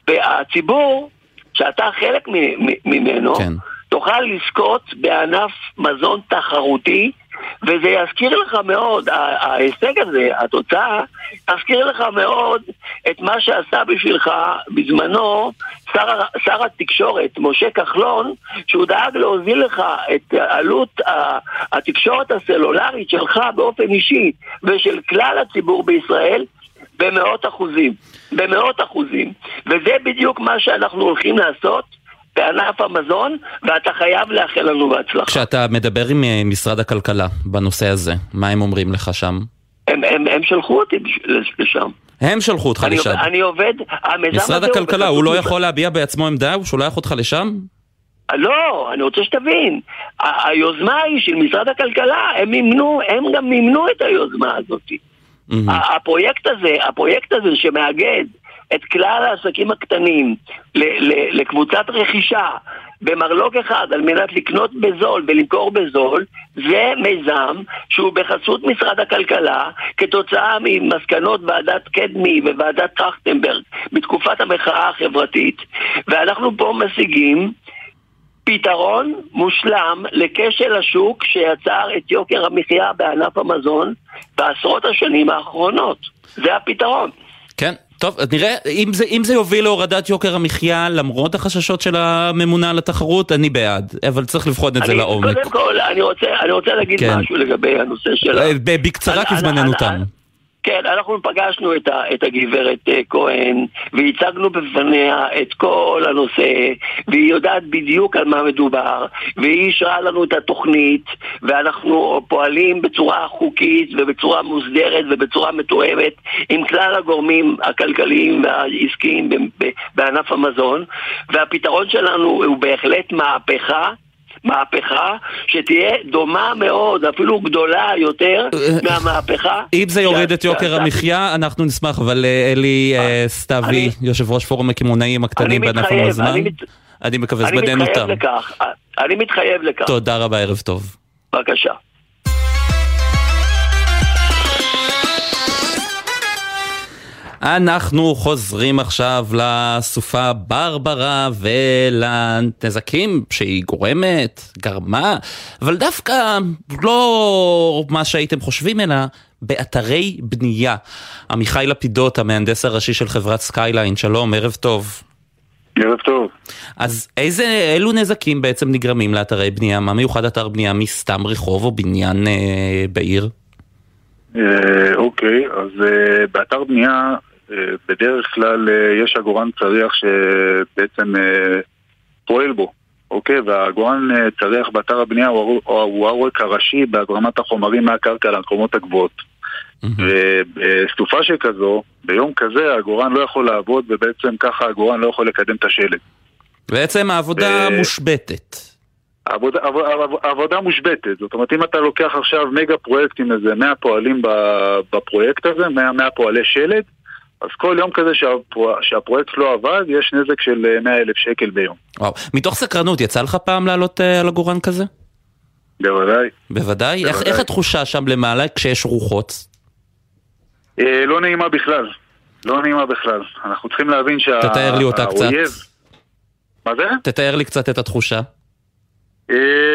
והציבור, שאתה חלק ממנו, כן. תוכל לזכות בענף מזון תחרותי, וזה יזכיר לך מאוד, ההישג הזה, התוצאה, יזכיר לך מאוד את מה שעשה בשבילך בזמנו שר, שר התקשורת, משה כחלון, שהוא דאג להוזיל לך את עלות התקשורת הסלולרית שלך באופן אישי, ושל כלל הציבור בישראל, במאות אחוזים, במאות אחוזים. וזה בדיוק מה שאנחנו הולכים לעשות בענף המזון, ואתה חייב לאחל לנו בהצלחה. כשאתה מדבר עם משרד הכלכלה בנושא הזה, מה הם אומרים לך שם? הם, הם, הם שלחו אותי לשם. הם שלחו אותך אני לשם? עובד, אני עובד, משרד הכלכלה, הוא לא יכול להביע בעצמו עמדה? הוא שולח אותך לשם? לא, אני רוצה שתבין. היוזמה היא של משרד הכלכלה, הם מימנו, הם גם מימנו את היוזמה הזאת. Mm-hmm. הפרויקט הזה, הפרויקט הזה שמאגד את כלל העסקים הקטנים לקבוצת רכישה במרלוג אחד על מנת לקנות בזול ולמכור בזול, זה מיזם שהוא בחסות משרד הכלכלה כתוצאה ממסקנות ועדת קדמי וועדת טרכטנברג בתקופת המחאה החברתית, ואנחנו פה משיגים פתרון מושלם לכשל השוק שיצר את יוקר המחיה בענף המזון בעשרות השנים האחרונות. זה הפתרון. כן, טוב, נראה, אם זה, אם זה יוביל להורדת יוקר המחיה למרות החששות של הממונה על התחרות, אני בעד, אבל צריך לבחון את זה לעומק. קודם כל, אני רוצה, אני רוצה להגיד כן. משהו לגבי הנושא של... בקצרה כי זמננו תם. כן, אנחנו פגשנו את, ה, את הגברת כהן, והצגנו בפניה את כל הנושא, והיא יודעת בדיוק על מה מדובר, והיא אישרה לנו את התוכנית, ואנחנו פועלים בצורה חוקית ובצורה מוסדרת ובצורה מתואמת עם כלל הגורמים הכלכליים והעסקיים בענף המזון, והפתרון שלנו הוא בהחלט מהפכה מהפכה שתהיה דומה מאוד, אפילו גדולה יותר מהמהפכה. אם זה יוריד את יוקר המחיה, אנחנו נשמח, אבל אלי סתיוי, יושב ראש פורום הקמעונאים הקטנים בענף המזון, אני מקווה זמננו תם. אני מתחייב לכך. תודה רבה, ערב טוב. בבקשה. אנחנו חוזרים עכשיו לסופה ברברה ולנזקים שהיא גורמת, גרמה, אבל דווקא לא מה שהייתם חושבים אלא באתרי בנייה. עמיחי לפידות, המהנדס הראשי של חברת סקייליין, שלום, ערב טוב. ערב טוב. אז איזה, אילו נזקים בעצם נגרמים לאתרי בנייה? מה מיוחד אתר בנייה מסתם רחוב או בניין אה, בעיר? אה, אוקיי, אז אה, באתר בנייה בדרך כלל יש עגורן צריח שבעצם פועל בו, אוקיי? והעגורן צריח באתר הבנייה הוא העורק הראשי בהזרמת החומרים מהקרקע למקומות הגבוהות. ובסופה שכזו, ביום כזה העגורן לא יכול לעבוד, ובעצם ככה העגורן לא יכול לקדם את השלט. בעצם העבודה מושבתת. עבודה, עבודה מושבתת, זאת אומרת אם אתה לוקח עכשיו מגה פרויקט עם איזה מאה פועלים בפרויקט הזה, מאה פועלי שלט, אז כל יום כזה שהפרויקט לא עבד, יש נזק של מאה אלף שקל ביום. וואו. מתוך סקרנות, יצא לך פעם לעלות על עגורן כזה? בוודאי. בוודאי? איך, איך התחושה שם למעלה כשיש רוחות? אה, לא נעימה בכלל. לא נעימה בכלל. אנחנו צריכים להבין שה... תתאר לי אותה קצת. מה זה? תתאר לי קצת את התחושה. אה...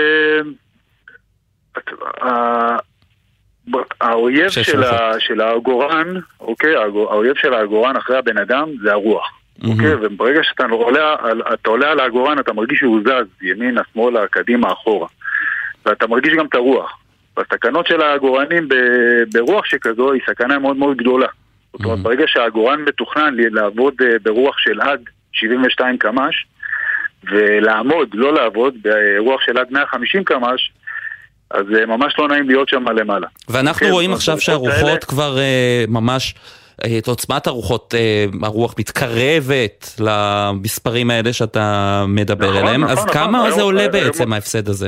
האויב של, ה, של העגורן, אוקיי, האויב של העגורן אחרי הבן אדם זה הרוח, mm-hmm. אוקיי, וברגע שאתה עולה, אתה עולה על העגורן אתה מרגיש שהוא זז, ימינה, שמאלה, קדימה, אחורה, ואתה מרגיש גם את הרוח. והסכנות של העגורנים ברוח שכזו היא סכנה מאוד מאוד גדולה. Mm-hmm. זאת אומרת, ברגע שהעגורן מתוכנן לעבוד ברוח של עד שבעים ושתיים קמ"ש, ולעמוד, לא לעבוד, ברוח של עד מאה וחמישים קמ"ש, אז ממש לא נעים להיות שם למעלה. ואנחנו רואים עכשיו שהרוחות כבר ממש, את עוצמת הרוחות, הרוח מתקרבת למספרים האלה שאתה מדבר אליהם, אז כמה זה עולה בעצם ההפסד הזה?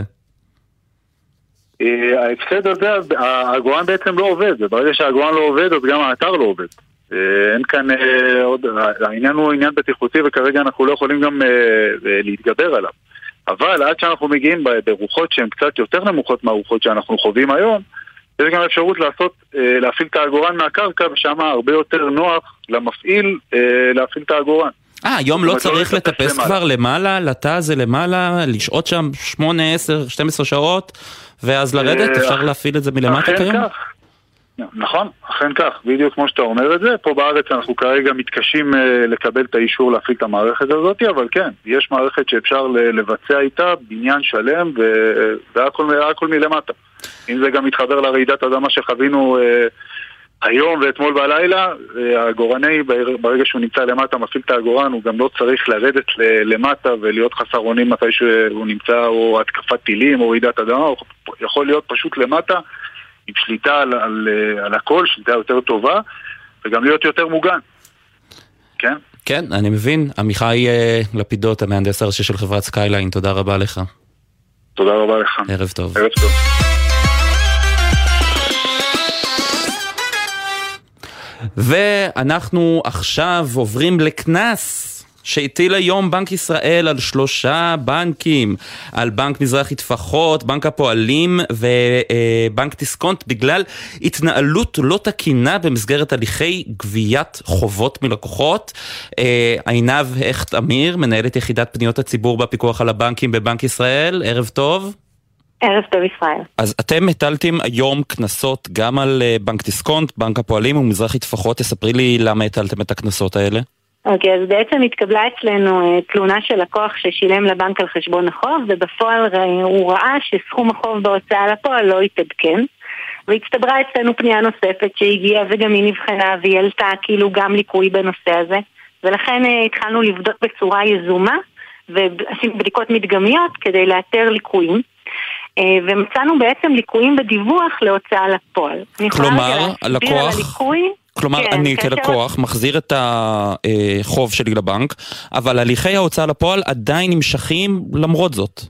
ההפסד הזה, העגורן בעצם לא עובד, וברגע שהעגורן לא עובד, אז גם האתר לא עובד. אין כאן עוד, העניין הוא עניין בטיחותי, וכרגע אנחנו לא יכולים גם להתגבר עליו. אבל עד שאנחנו מגיעים ברוחות שהן קצת יותר נמוכות מהרוחות שאנחנו חווים היום, יש גם אפשרות לעשות, להפעיל את העגורן מהקרקע, ושם הרבה יותר נוח למפעיל להפעיל את העגורן. אה, היום לא צריך לטפס כבר למעלה, לתא הזה למעלה, לשעות שם שמונה, עשר, שתים עשרה שעות, ואז לרדת, אפשר להפעיל את זה מלמטה כיום? נכון, אכן כך, בדיוק כמו שאתה אומר את זה. פה בארץ אנחנו כרגע מתקשים לקבל את האישור להפעיל את המערכת הזאת, אבל כן, יש מערכת שאפשר לבצע איתה בניין שלם והכל מלמטה. אם זה גם מתחבר לרעידת אדמה שחווינו היום ואתמול בלילה, הגורני ברגע שהוא נמצא למטה מפעיל את הגורן, הוא גם לא צריך לרדת למטה ולהיות חסר אונים מתי שהוא נמצא, או התקפת טילים או רעידת אדמה, הוא יכול להיות פשוט למטה עם שליטה על, על, על הכל, שליטה יותר טובה, וגם להיות יותר מוגן. כן? כן, אני מבין. עמיחי לפידות, המהנדס הראשי של חברת סקייליין, תודה רבה לך. תודה רבה לך. ערב טוב. ערב טוב. ואנחנו עכשיו עוברים לכנס שהטיל היום בנק ישראל על שלושה בנקים, על בנק מזרחי טפחות, בנק הפועלים ובנק דיסקונט, בגלל התנהלות לא תקינה במסגרת הליכי גביית חובות מלקוחות. עינב הכט אמיר, מנהלת יחידת פניות הציבור בפיקוח על הבנקים בבנק ישראל, ערב טוב. ערב טוב ישראל. אז אתם הטלתם היום כנסות גם על בנק דיסקונט, בנק הפועלים ומזרחי טפחות. תספרי לי למה הטלתם את הכנסות האלה. אוקיי, אז בעצם התקבלה אצלנו תלונה של לקוח ששילם לבנק על חשבון החוב, ובפועל הוא ראה שסכום החוב בהוצאה לפועל לא התעדכן, והצטברה אצלנו פנייה נוספת שהגיעה וגם היא נבחנה והיא עלתה כאילו גם ליקוי בנושא הזה, ולכן התחלנו לבדוק בצורה יזומה ועשינו בדיקות מדגמיות כדי לאתר ליקויים, ומצאנו בעצם ליקויים בדיווח להוצאה לפועל. כלומר, הלקוח... כלומר, כן, אני כלקוח הוא... מחזיר את החוב שלי לבנק, אבל הליכי ההוצאה לפועל עדיין נמשכים למרות זאת.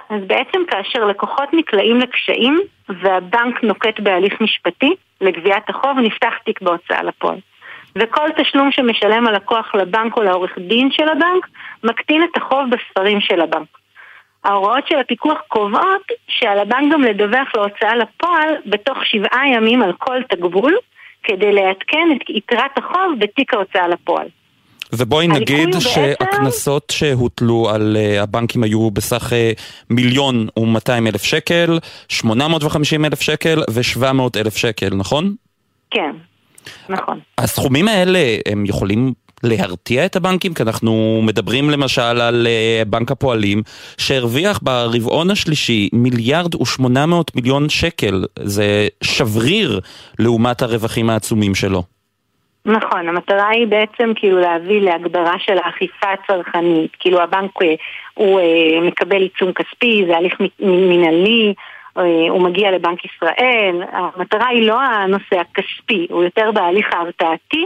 אז בעצם כאשר לקוחות נקלעים לקשיים והבנק נוקט בהליך משפטי לגביית החוב, נפתח תיק בהוצאה לפועל. וכל תשלום שמשלם הלקוח לבנק או לעורך דין של הבנק מקטין את החוב בספרים של הבנק. ההוראות של הפיקוח קובעות שעל הבנק גם לדווח להוצאה לפועל בתוך שבעה ימים על כל תגבול, כדי לעדכן את יתרת החוב בתיק ההוצאה לפועל. ובואי נגיד שהכנסות שהוטלו על הבנקים היו בסך מיליון ומאתיים אלף שקל, שמונה מאות וחמישים אלף שקל ושבע מאות אלף שקל, נכון? כן, נכון. הסכומים האלה הם יכולים להרתיע את הבנקים? כי אנחנו מדברים למשל על בנק הפועלים שהרוויח ברבעון השלישי מיליארד ושמונה מאות מיליון שקל. זה שבריר לעומת הרווחים העצומים שלו. נכון, המטרה היא בעצם כאילו להביא להגברה של האכיפה הצרכנית. כאילו הבנק הוא, הוא מקבל עיצום כספי, זה הליך מנהלי, הוא מגיע לבנק ישראל. המטרה היא לא הנושא הכספי, הוא יותר בהליך ההרתעתי,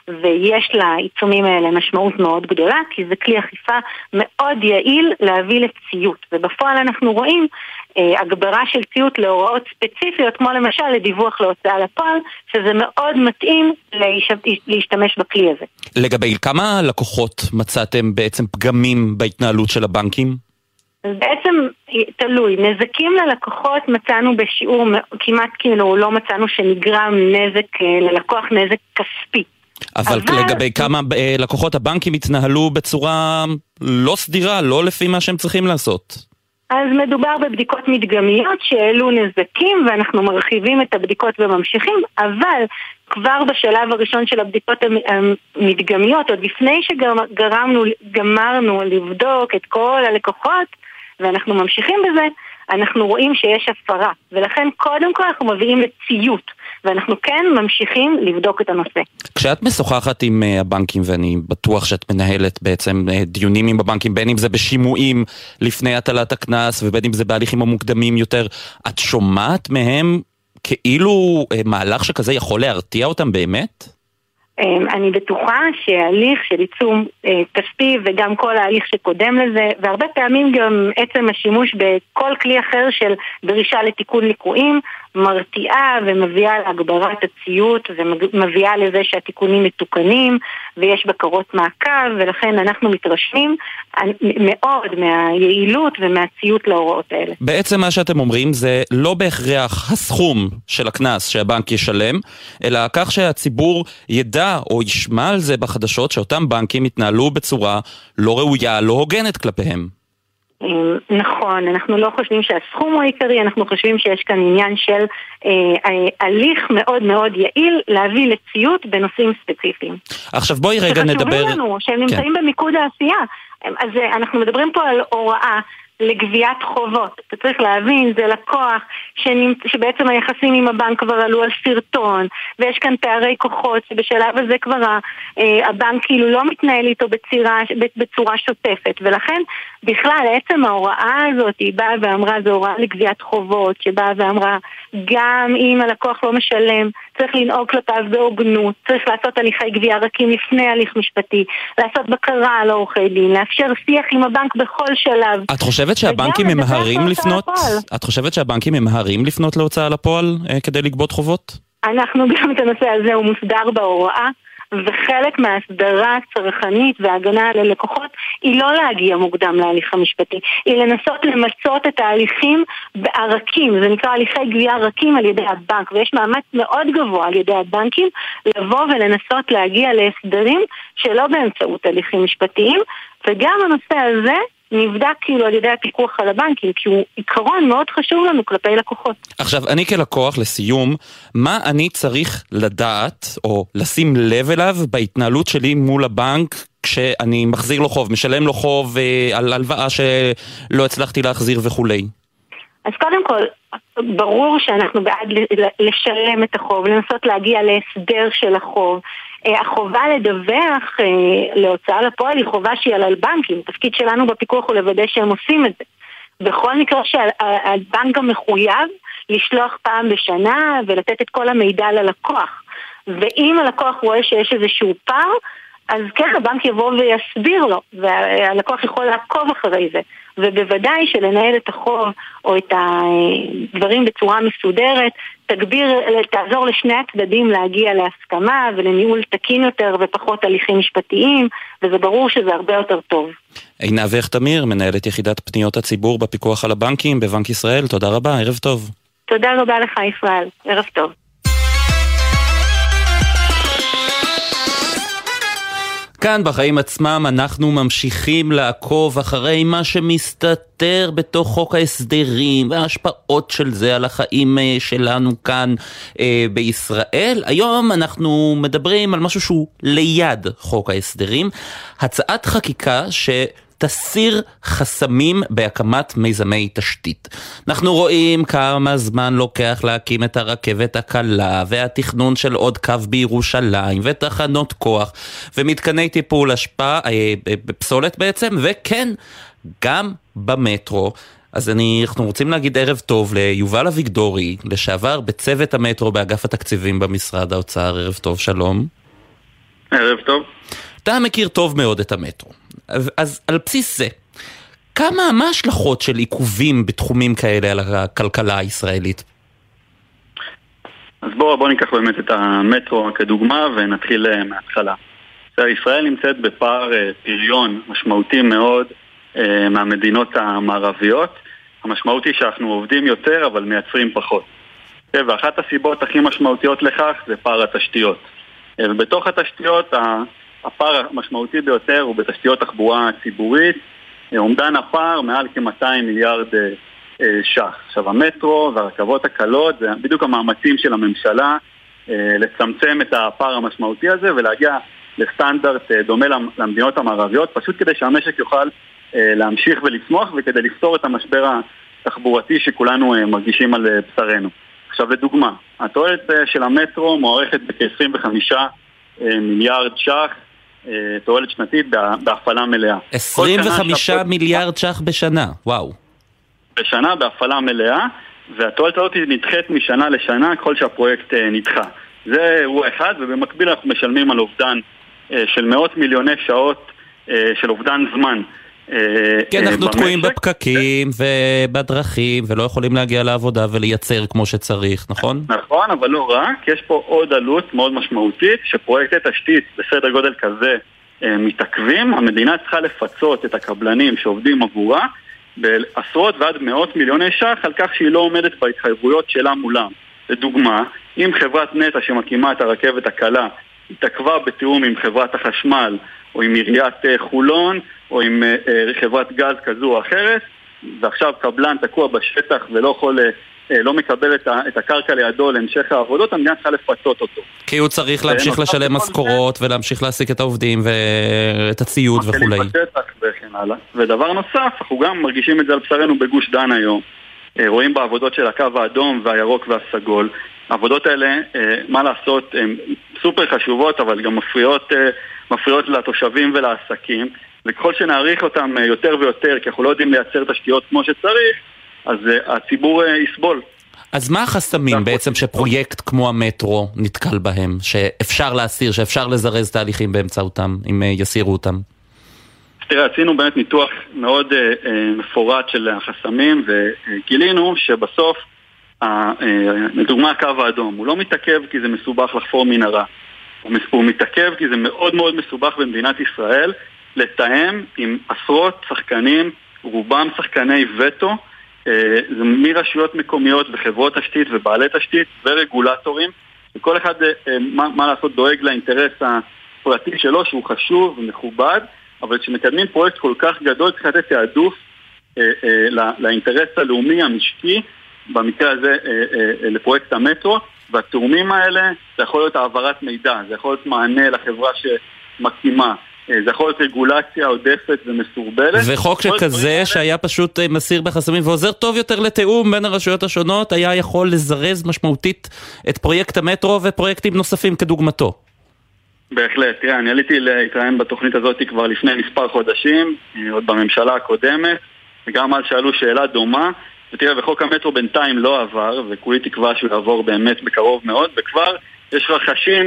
ויש לעיצומים האלה משמעות מאוד גדולה, כי זה כלי אכיפה מאוד יעיל להביא לציות. ובפועל אנחנו רואים אה, הגברה של ציות להוראות ספציפיות, כמו למשל לדיווח להוצאה לפועל, שזה מאוד מתאים להש... להשתמש בכלי הזה. לגבי כמה לקוחות מצאתם בעצם פגמים בהתנהלות של הבנקים? אז בעצם תלוי, נזקים ללקוחות מצאנו בשיעור כמעט כאילו לא מצאנו שנגרם נזק ללקוח, נזק כספי. אבל, אבל לגבי כמה לקוחות הבנקים התנהלו בצורה לא סדירה, לא לפי מה שהם צריכים לעשות. אז מדובר בבדיקות מדגמיות שהעלו נזקים, ואנחנו מרחיבים את הבדיקות וממשיכים, אבל כבר בשלב הראשון של הבדיקות המדגמיות, עוד לפני שגרמנו, גמרנו לבדוק את כל הלקוחות, ואנחנו ממשיכים בזה, אנחנו רואים שיש הפרה, ולכן קודם כל אנחנו מביאים לציות, ואנחנו כן ממשיכים לבדוק את הנושא. כשאת משוחחת עם הבנקים, ואני בטוח שאת מנהלת בעצם דיונים עם הבנקים, בין אם זה בשימועים לפני הטלת הכנס, ובין אם זה בהליכים המוקדמים יותר, את שומעת מהם כאילו מהלך שכזה יכול להרתיע אותם באמת? אני בטוחה שההליך של עיצום כספי וגם כל ההליך שקודם לזה, והרבה פעמים גם עצם השימוש בכל כלי אחר של דרישה לתיקון ליקויים, מרתיעה ומביאה להגברת הציות ומביאה לזה שהתיקונים מתוקנים ויש בקרות מעקב, ולכן אנחנו מתרשמים מאוד מהיעילות ומהציות להוראות האלה. בעצם מה שאתם אומרים זה לא בהכרח הסכום של הכנס שהבנק ישלם, אלא כך שהציבור ידע או ישמע על זה בחדשות שאותם בנקים התנהלו בצורה לא ראויה, לא הוגנת כלפיהם. נכון, אנחנו לא חושבים שהסכום הוא העיקרי, אנחנו חושבים שיש כאן עניין של אה, הליך מאוד מאוד יעיל להביא לציות בנושאים ספציפיים. עכשיו בואי רגע נדבר... שחשובים לנו, שהם נמצאים כן. במיקוד העשייה. אז אנחנו מדברים פה על הוראה לגביית חובות. אתה צריך להבין, זה לקוח שנמצ... שבעצם היחסים עם הבנק כבר עלו על סרטון, ויש כאן פערי כוחות שבשלב הזה כבר הבנק כאילו לא מתנהל איתו בצירה, בצורה שוטפת, ולכן בכלל עצם ההוראה הזאת היא באה ואמרה, זו הוראה לגביית חובות, שבאה ואמרה גם אם הלקוח לא משלם, צריך לנהוג כלפיו בהוגנות, צריך לעשות הליכי גבייה רכים לפני הליך משפטי, לעשות בקרה על עורכי דין, לאפשר שיח עם הבנק בכל שלב. את חושבת שהבנקים ממהרים לפנות? את חושבת שהבנקים ממהרים לפנות להוצאה לפועל אה, כדי לגבות חובות? אנחנו גם את הנושא הזה הוא מוסדר בהוראה, וחלק מההסדרה הצרכנית וההגנה על הלקוחות היא לא להגיע מוקדם להליך המשפטי, היא לנסות למצות את ההליכים הרכים, זה נקרא הליכי גבייה רכים על ידי הבנק, ויש מאמץ מאוד גבוה על ידי הבנקים לבוא ולנסות להגיע להסדרים שלא באמצעות הליכים משפטיים, וגם הנושא הזה נבדק כאילו על ידי הפיקוח על הבנקים, כי הוא עיקרון מאוד חשוב לנו כלפי לקוחות. עכשיו, אני כלקוח, לסיום, מה אני צריך לדעת או לשים לב אליו בהתנהלות שלי מול הבנק כשאני מחזיר לו חוב, משלם לו חוב אה, על הלוואה שלא הצלחתי להחזיר וכולי? אז קודם כל, ברור שאנחנו בעד לשלם את החוב, לנסות להגיע להסדר של החוב. החובה לדווח להוצאה לפועל היא חובה שהיא על הבנקים. התפקיד שלנו בפיקוח הוא לוודא שהם עושים את זה. בכל מקרה שהבנק גם מחויב לשלוח פעם בשנה ולתת את כל המידע ללקוח. ואם הלקוח רואה שיש איזשהו פער, אז כן, הבנק יבוא ויסביר לו, והלקוח יכול לעקוב אחרי זה. ובוודאי שלנהל את החוב או את הדברים בצורה מסודרת, תגביר, תעזור לשני הצדדים להגיע להסכמה ולניהול תקין יותר ופחות הליכים משפטיים, וזה ברור שזה הרבה יותר טוב. עינב הכתמיר, מנהלת יחידת פניות הציבור בפיקוח על הבנקים בבנק ישראל, תודה רבה, ערב טוב. תודה רבה לך ישראל, ערב טוב. כאן בחיים עצמם אנחנו ממשיכים לעקוב אחרי מה שמסתתר בתוך חוק ההסדרים וההשפעות של זה על החיים שלנו כאן אה, בישראל. היום אנחנו מדברים על משהו שהוא ליד חוק ההסדרים, הצעת חקיקה ש... תסיר חסמים בהקמת מיזמי תשתית. אנחנו רואים כמה זמן לוקח להקים את הרכבת הקלה, והתכנון של עוד קו בירושלים, ותחנות כוח, ומתקני טיפול השפעה, בפסולת בעצם, וכן, גם במטרו. אז אני, אנחנו רוצים להגיד ערב טוב ליובל אביגדורי, לשעבר בצוות המטרו באגף התקציבים במשרד האוצר. ערב טוב, שלום. ערב טוב. אתה מכיר טוב מאוד את המטרו. אז על בסיס זה, כמה, מה ההשלכות של עיכובים בתחומים כאלה על הכלכלה הישראלית? אז בואו בוא ניקח באמת את המטרו כדוגמה ונתחיל מההתחלה. ישראל נמצאת בפער פריון משמעותי מאוד מהמדינות המערביות. המשמעות היא שאנחנו עובדים יותר אבל מייצרים פחות. ואחת הסיבות הכי משמעותיות לכך זה פער התשתיות. ובתוך התשתיות הפער המשמעותי ביותר הוא בתשתיות תחבורה ציבורית, עומדן הפער מעל כ-מאתיים מיליארד ש"ח. עכשיו המטרו והרכבות הקלות זה בדיוק המאמצים של הממשלה לצמצם את הפער המשמעותי הזה ולהגיע לסטנדרט דומה למדינות המערביות, פשוט כדי שהמשק יוכל להמשיך ולצמוח וכדי לפתור את המשבר התחבורתי שכולנו מרגישים על בשרנו. עכשיו לדוגמה, התועלת של המטרו מוערכת בכ-עשרים וחמישה מיליארד ש"ח, תועלת שנתית בהפעלה מלאה. עשרים וחמישה מיליארד ש"ח בשנה, וואו. בשנה בהפעלה מלאה, והתועלת הזאת נדחית משנה לשנה ככל שהפרויקט נדחה. זה הוא אחד, ובמקביל אנחנו משלמים על אובדן של מאות מיליוני שעות של אובדן זמן. כן, אנחנו תקועים בפקקים ובדרכים ולא יכולים להגיע לעבודה ולייצר כמו שצריך, נכון? נכון, אבל לא רק, יש פה עוד עלות מאוד משמעותית שפרויקטי תשתית בסדר גודל כזה מתעכבים. המדינה צריכה לפצות את הקבלנים שעובדים עבורה בעשרות ועד מאות מיליוני ש"ח על כך שהיא לא עומדת בהתחייבויות שלה מולם. לדוגמה, אם חברת נטע שמקימה את הרכבת הקלה התעכבה בתיאום עם חברת החשמל או עם עיריית חולון או עם חברת גז כזו או אחרת, ועכשיו קבלן תקוע בשטח ולא יכול, לא מקבל את הקרקע לידו להמשך העבודות, המדינה צריכה לפצות אותו. כי הוא צריך להמשיך לשלם משכורות ולהמשיך להעסיק את העובדים ואת הציוד וכולי. ודבר נוסף, אנחנו גם מרגישים את זה על בשרנו בגוש דן היום. רואים בעבודות של הקו האדום והירוק והסגול. העבודות האלה, מה לעשות, הן סופר חשובות, אבל גם מפריעות, מפריעות לתושבים ולעסקים. וככל שנעריך אותם יותר ויותר, כי אנחנו לא יודעים לייצר תשתיות כמו שצריך, אז הציבור יסבול. אז מה החסמים בעצם שפרויקט כמו המטרו נתקל בהם, שאפשר להסיר, שאפשר לזרז תהליכים באמצעותם, אם יסירו אותם? תראה, עשינו באמת ניתוח מאוד uh, מפורט של החסמים, וגילינו שבסוף, uh, uh, לדוגמה הקו האדום, הוא לא מתעכב כי זה מסובך לחפור מנהרה. הוא, הוא מתעכב כי זה מאוד מאוד מסובך במדינת ישראל, לתאם עם עשרות שחקנים, רובם שחקני וטו, uh, זה מרשויות מקומיות וחברות תשתית ובעלי תשתית ורגולטורים, וכל אחד, uh, מה, מה לעשות, דואג לאינטרס הפרטי שלו, שהוא חשוב ומכובד, אבל כשמקדמים פרויקט כל כך גדול צריך לתת תעדוף אה, אה, לא, לאינטרס הלאומי המשקי, במקרה הזה אה, אה, לפרויקט המטרו, והתאומים האלה זה יכול להיות העברת מידע, זה יכול להיות מענה לחברה שמקימה, אה, זה יכול להיות רגולציה עודפת ומסורבלת. וחוק שכזה שהיה פשוט מסיר בחסמים ועוזר טוב יותר לתאום בין הרשויות השונות, היה יכול לזרז משמעותית את פרויקט המטרו ופרויקטים נוספים כדוגמתו. בהחלט, תראה, אני עליתי להתראיין בתוכנית הזאת כבר לפני מספר חודשים, עוד בממשלה הקודמת, וגם אז שאלו שאלה דומה, ותראה, וחוק המטרו בינתיים לא עבר, וכולי תקווה שהוא יעבור באמת בקרוב מאוד, וכבר יש רחשים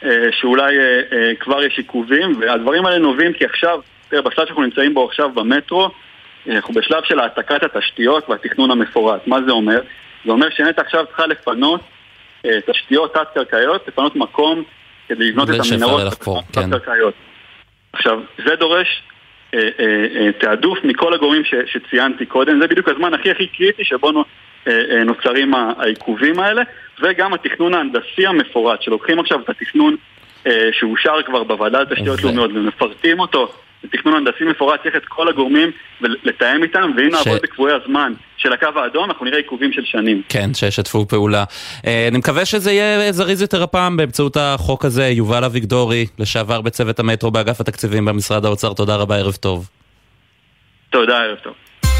שאולי כבר יש עיכובים, והדברים האלה נובעים כי עכשיו, תראה, בשלב שאנחנו נמצאים בו עכשיו במטרו, אנחנו בשלב של העתקת התשתיות והתכנון המפורט. מה זה אומר? זה אומר שנת"ע עכשיו צריכה לפנות תשתיות תת-קרקעיות, לפנות מקום כדי לבנות את המנהרות תת-קרקעיות. עכשיו, זה דורש תעדוף מכל הגורמים שציינתי קודם. זה בדיוק הזמן הכי הכי קריטי שבו נוצרים העיכובים האלה, וגם התכנון ההנדסי המפורט, שלוקחים עכשיו את התכנון שאושר כבר בוועדה לתשתיות לאומיות ומפרטים אותו, תכנון הנדסי מפורט, צריך את כל הגורמים ולתאם איתם, ואם נעבוד בקבועי הזמן של הקו האדום, אנחנו נראה עיכובים של שנים. כן, ששתפו פעולה. אני מקווה שזה יהיה זריז יותר הפעם באמצעות החוק הזה. יובל אביגדורי, לשעבר בצוות המטרו באגף התקציבים במשרד האוצר, תודה רבה, ערב טוב. תודה, ערב טוב.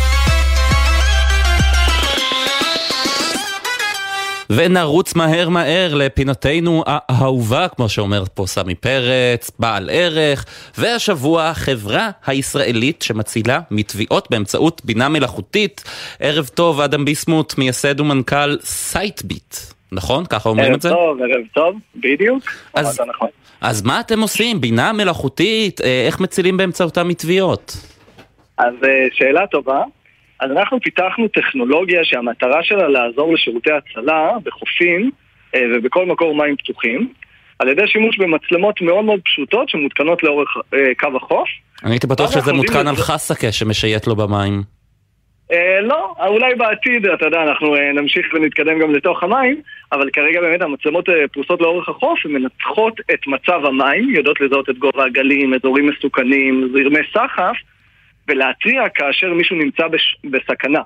ונרוץ מהר מהר לפינתנו האהובה, כמו שאומר פה סמי פרץ, בעל ערך, והשבוע החברה הישראלית שמצילה מתביעות באמצעות בינה מלאכותית. ערב טוב, אדם ביסמוט, מייסד ומנכ"ל סייטביט, נכון? ככה אומרים את זה? ערב טוב, ערב טוב, בדיוק. אז, נכון. אז מה אתם עושים? בינה מלאכותית, איך מצילים באמצעותה מתביעות? אז שאלה טובה. אז אנחנו פיתחנו טכנולוגיה שהמטרה שלה לעזור לשירותי הצלה בחופים ובכל מקור מים פתוחים, על ידי שימוש במצלמות מאוד מאוד פשוטות שמותקנות לאורך קו החוף. אני הייתי בטוח שזה מותקן על חסקה שמשיית לו במים. לא, אולי בעתיד, אתה יודע, אנחנו נמשיך ונתקדם גם לתוך המים, אבל כרגע באמת המצלמות פרוסות לאורך החוף ומנתחות את מצב המים, יודעות לזהות את גובה הגלים, אזורים מסוכנים, זרמי סחף, ולהתריע כאשר מישהו נמצא בש... בסכנה.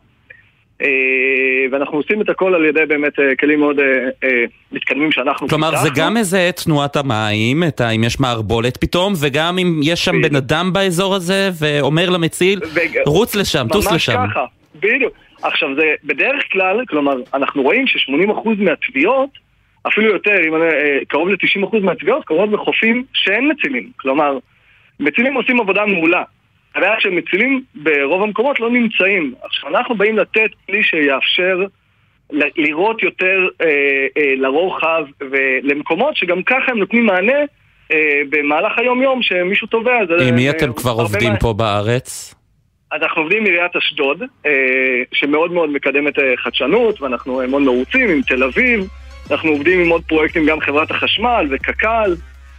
ואנחנו עושים את הכל על ידי באמת כלים מאוד מתקדמים שאנחנו... כלומר, זה גם איזה תנועת המים, את ה... אם יש מערבולת פתאום, וגם אם יש שם בן אדם באזור הזה, ואומר למציל, רוץ לשם, טוס לשם. ממש ככה, בדיוק. עכשיו, זה בדרך כלל, כלומר, אנחנו רואים ש-שמונים אחוז מהתביעות, אפילו יותר, קרוב ל-תשעים אחוז מהתביעות, קרוב לחופים שאין מצילים. כלומר, מצילים עושים עבודה מעולה. הבעיה שמצילים ברוב המקומות לא נמצאים. עכשיו אנחנו באים לתת כלי שיאפשר ל- לראות יותר אה, אה, לרוחב ולמקומות שגם ככה הם נותנים מענה אה, במהלך היום יום שמישהו תובע. עם מי אתם כבר עובדים פה בארץ? אנחנו עובדים עם עיריית אשדוד, אה, שמאוד מאוד מקדמת אה, חדשנות, ואנחנו מאוד מרוצים עם תל אביב. אנחנו עובדים עם עוד פרויקטים, גם חברת החשמל וקק"ל.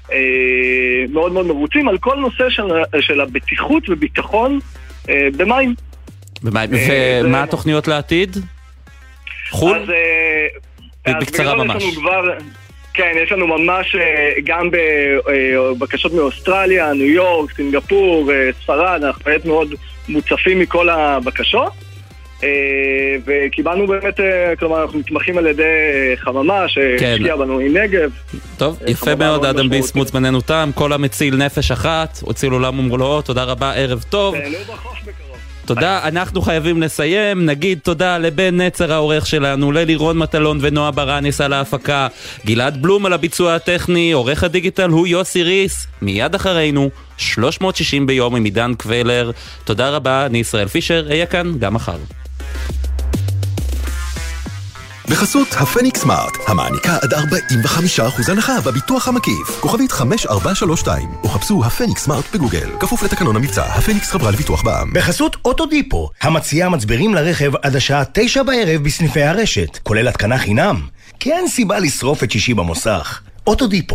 מאוד מאוד מרוצים על כל נושא של, של הבטיחות וביטחון אה, במים. במים. ומה התוכניות לעתיד? חול? אז, אז בקצרה ממש. יש לנו כבר, כן, יש לנו ממש גם בבקשות מאוסטרליה, ניו יורק, סינגפור, ספרד, אנחנו באמת מאוד מוצפים מכל הבקשות. וקיבלנו באמת, כלומר אנחנו מתמחים על ידי חממה שהשקיע בנו עם נגב. טוב, יפה מאוד, אדם ביסמוט, זמננו תם, כל המציל נפש אחת, הציל עולם ומלואו, תודה רבה, ערב טוב. תודה, אנחנו חייבים לסיים, נגיד תודה לבן נצר העורך שלנו, ללירון מטלון ונועה ברניס על ההפקה, גלעד בלום על הביצוע הטכני, עורך הדיגיטל הוא יוסי ריס, מיד אחרינו שלוש מאות שישים ביום עם עידן קוולר. תודה רבה, אני ישראל פישר, אהיה כאן גם מחר. בחסות הפניקס סמארט, המעניקה עד ארבעים וחמישה אחוז הנחה בביטוח המקיף. כוכבית חמש ארבע שלוש שתיים, או חפשו הפניקס סמארט בגוגל. כפוף לתקנון המבצע, הפניקס חברה לביטוח בע"מ. בחסות אוטודיפו, המציעה מצברים לרכב עד השעה תשע בערב בסניפי הרשת, כולל התקנה חינם. כי אין סיבה לשרוף את שישי במוסך. אוטודיפו.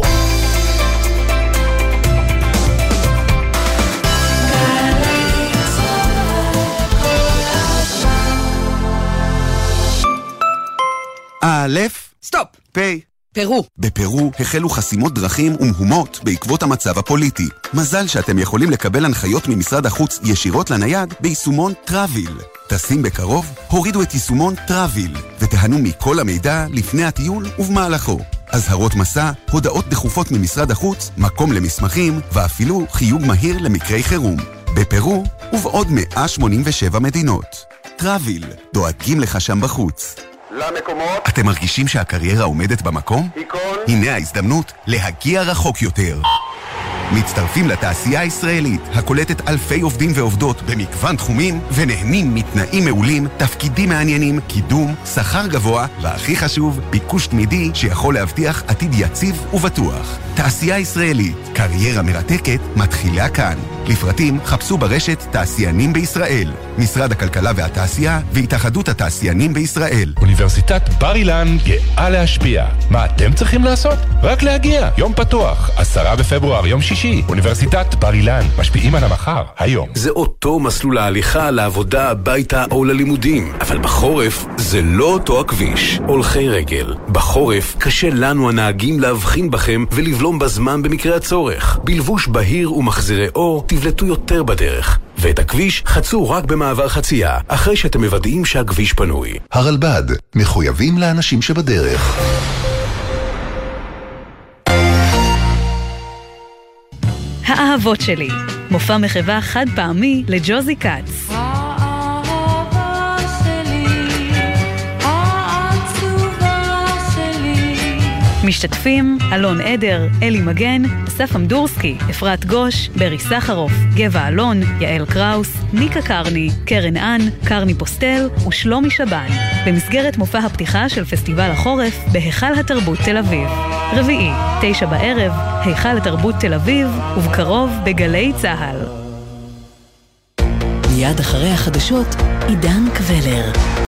א', סטופ. פ', פרו. בפרו החלו חסימות דרכים ומהומות בעקבות המצב הפוליטי. מזל שאתם יכולים לקבל הנחיות ממשרד החוץ ישירות לנייד ביישומון טראביל. טסים בקרוב, הורידו את יישומון טראביל ותהנו מכל המידע לפני הטיול ובמהלכו. אזהרות מסע, הודעות דחופות ממשרד החוץ, מקום למסמכים ואפילו חיוג מהיר למקרי חירום. בפרו ובעוד מאה שמונים ושבע מדינות. טראביל, דואגים לך שם בחוץ. למקומות. אתם מרגישים שהקריירה עומדת במקום? היכון. הנה ההזדמנות להגיע רחוק יותר. מצטרפים לתעשייה הישראלית, הקולטת אלפי עובדים ועובדות במגוון תחומים, ונהנים מתנאים מעולים, תפקידים מעניינים, קידום, שכר גבוה, והכי חשוב, ביקוש תמידי שיכול להבטיח עתיד יציב ובטוח. תעשייה ישראלית, קריירה מרתקת, מתחילה כאן. לפרטים חפשו ברשת תעשיינים בישראל, משרד הכלכלה והתעשייה והתאחדות התעשיינים בישראל. אוניברסיטת בר אילן גאה להשפיע. מה אתם צריכים לעשות? רק להגיע. יום פתוח, עשרה בפברואר, יום שישי. אוניברסיטת בר אילן, משפיעים על המחר, היום. זה אותו מסלול ההליכה לעבודה, הביתה או ללימודים. אבל בחורף זה לא אותו הכביש. הולכי רגל. בחורף קשה לנו הנהגים להבחין בכם ולבלום בזמן במקרה הצורך. בלבוש בהיר ומחזירי אור תבלטו יותר בדרך. ואת הכביש חצו רק במעבר חצייה, אחרי שאתם מוודאים שהכביש פנוי. הרלב"ד, מחויבים לאנשים שבדרך. האהבות שלי, מופע מחווה חד פעמי לג'וזי קאץ. האהבה שלי, העצובה שלי. משתתפים אלון עדר, אלי מגן, אסף אמדורסקי, אפרת גוש, ברי סחרוף, גבע אלון, יעל קראוס, ניקה קרני, קרן אן, קרני פוסטל ושלומי שבן, במסגרת מופע הפתיחה של פסטיבל החורף בהיכל התרבות תל אביב. רביעי, תשע בערב, היכל התרבות תל אביב, ובקרוב בגלי צהל. מיד אחרי החדשות, עידן קבלר.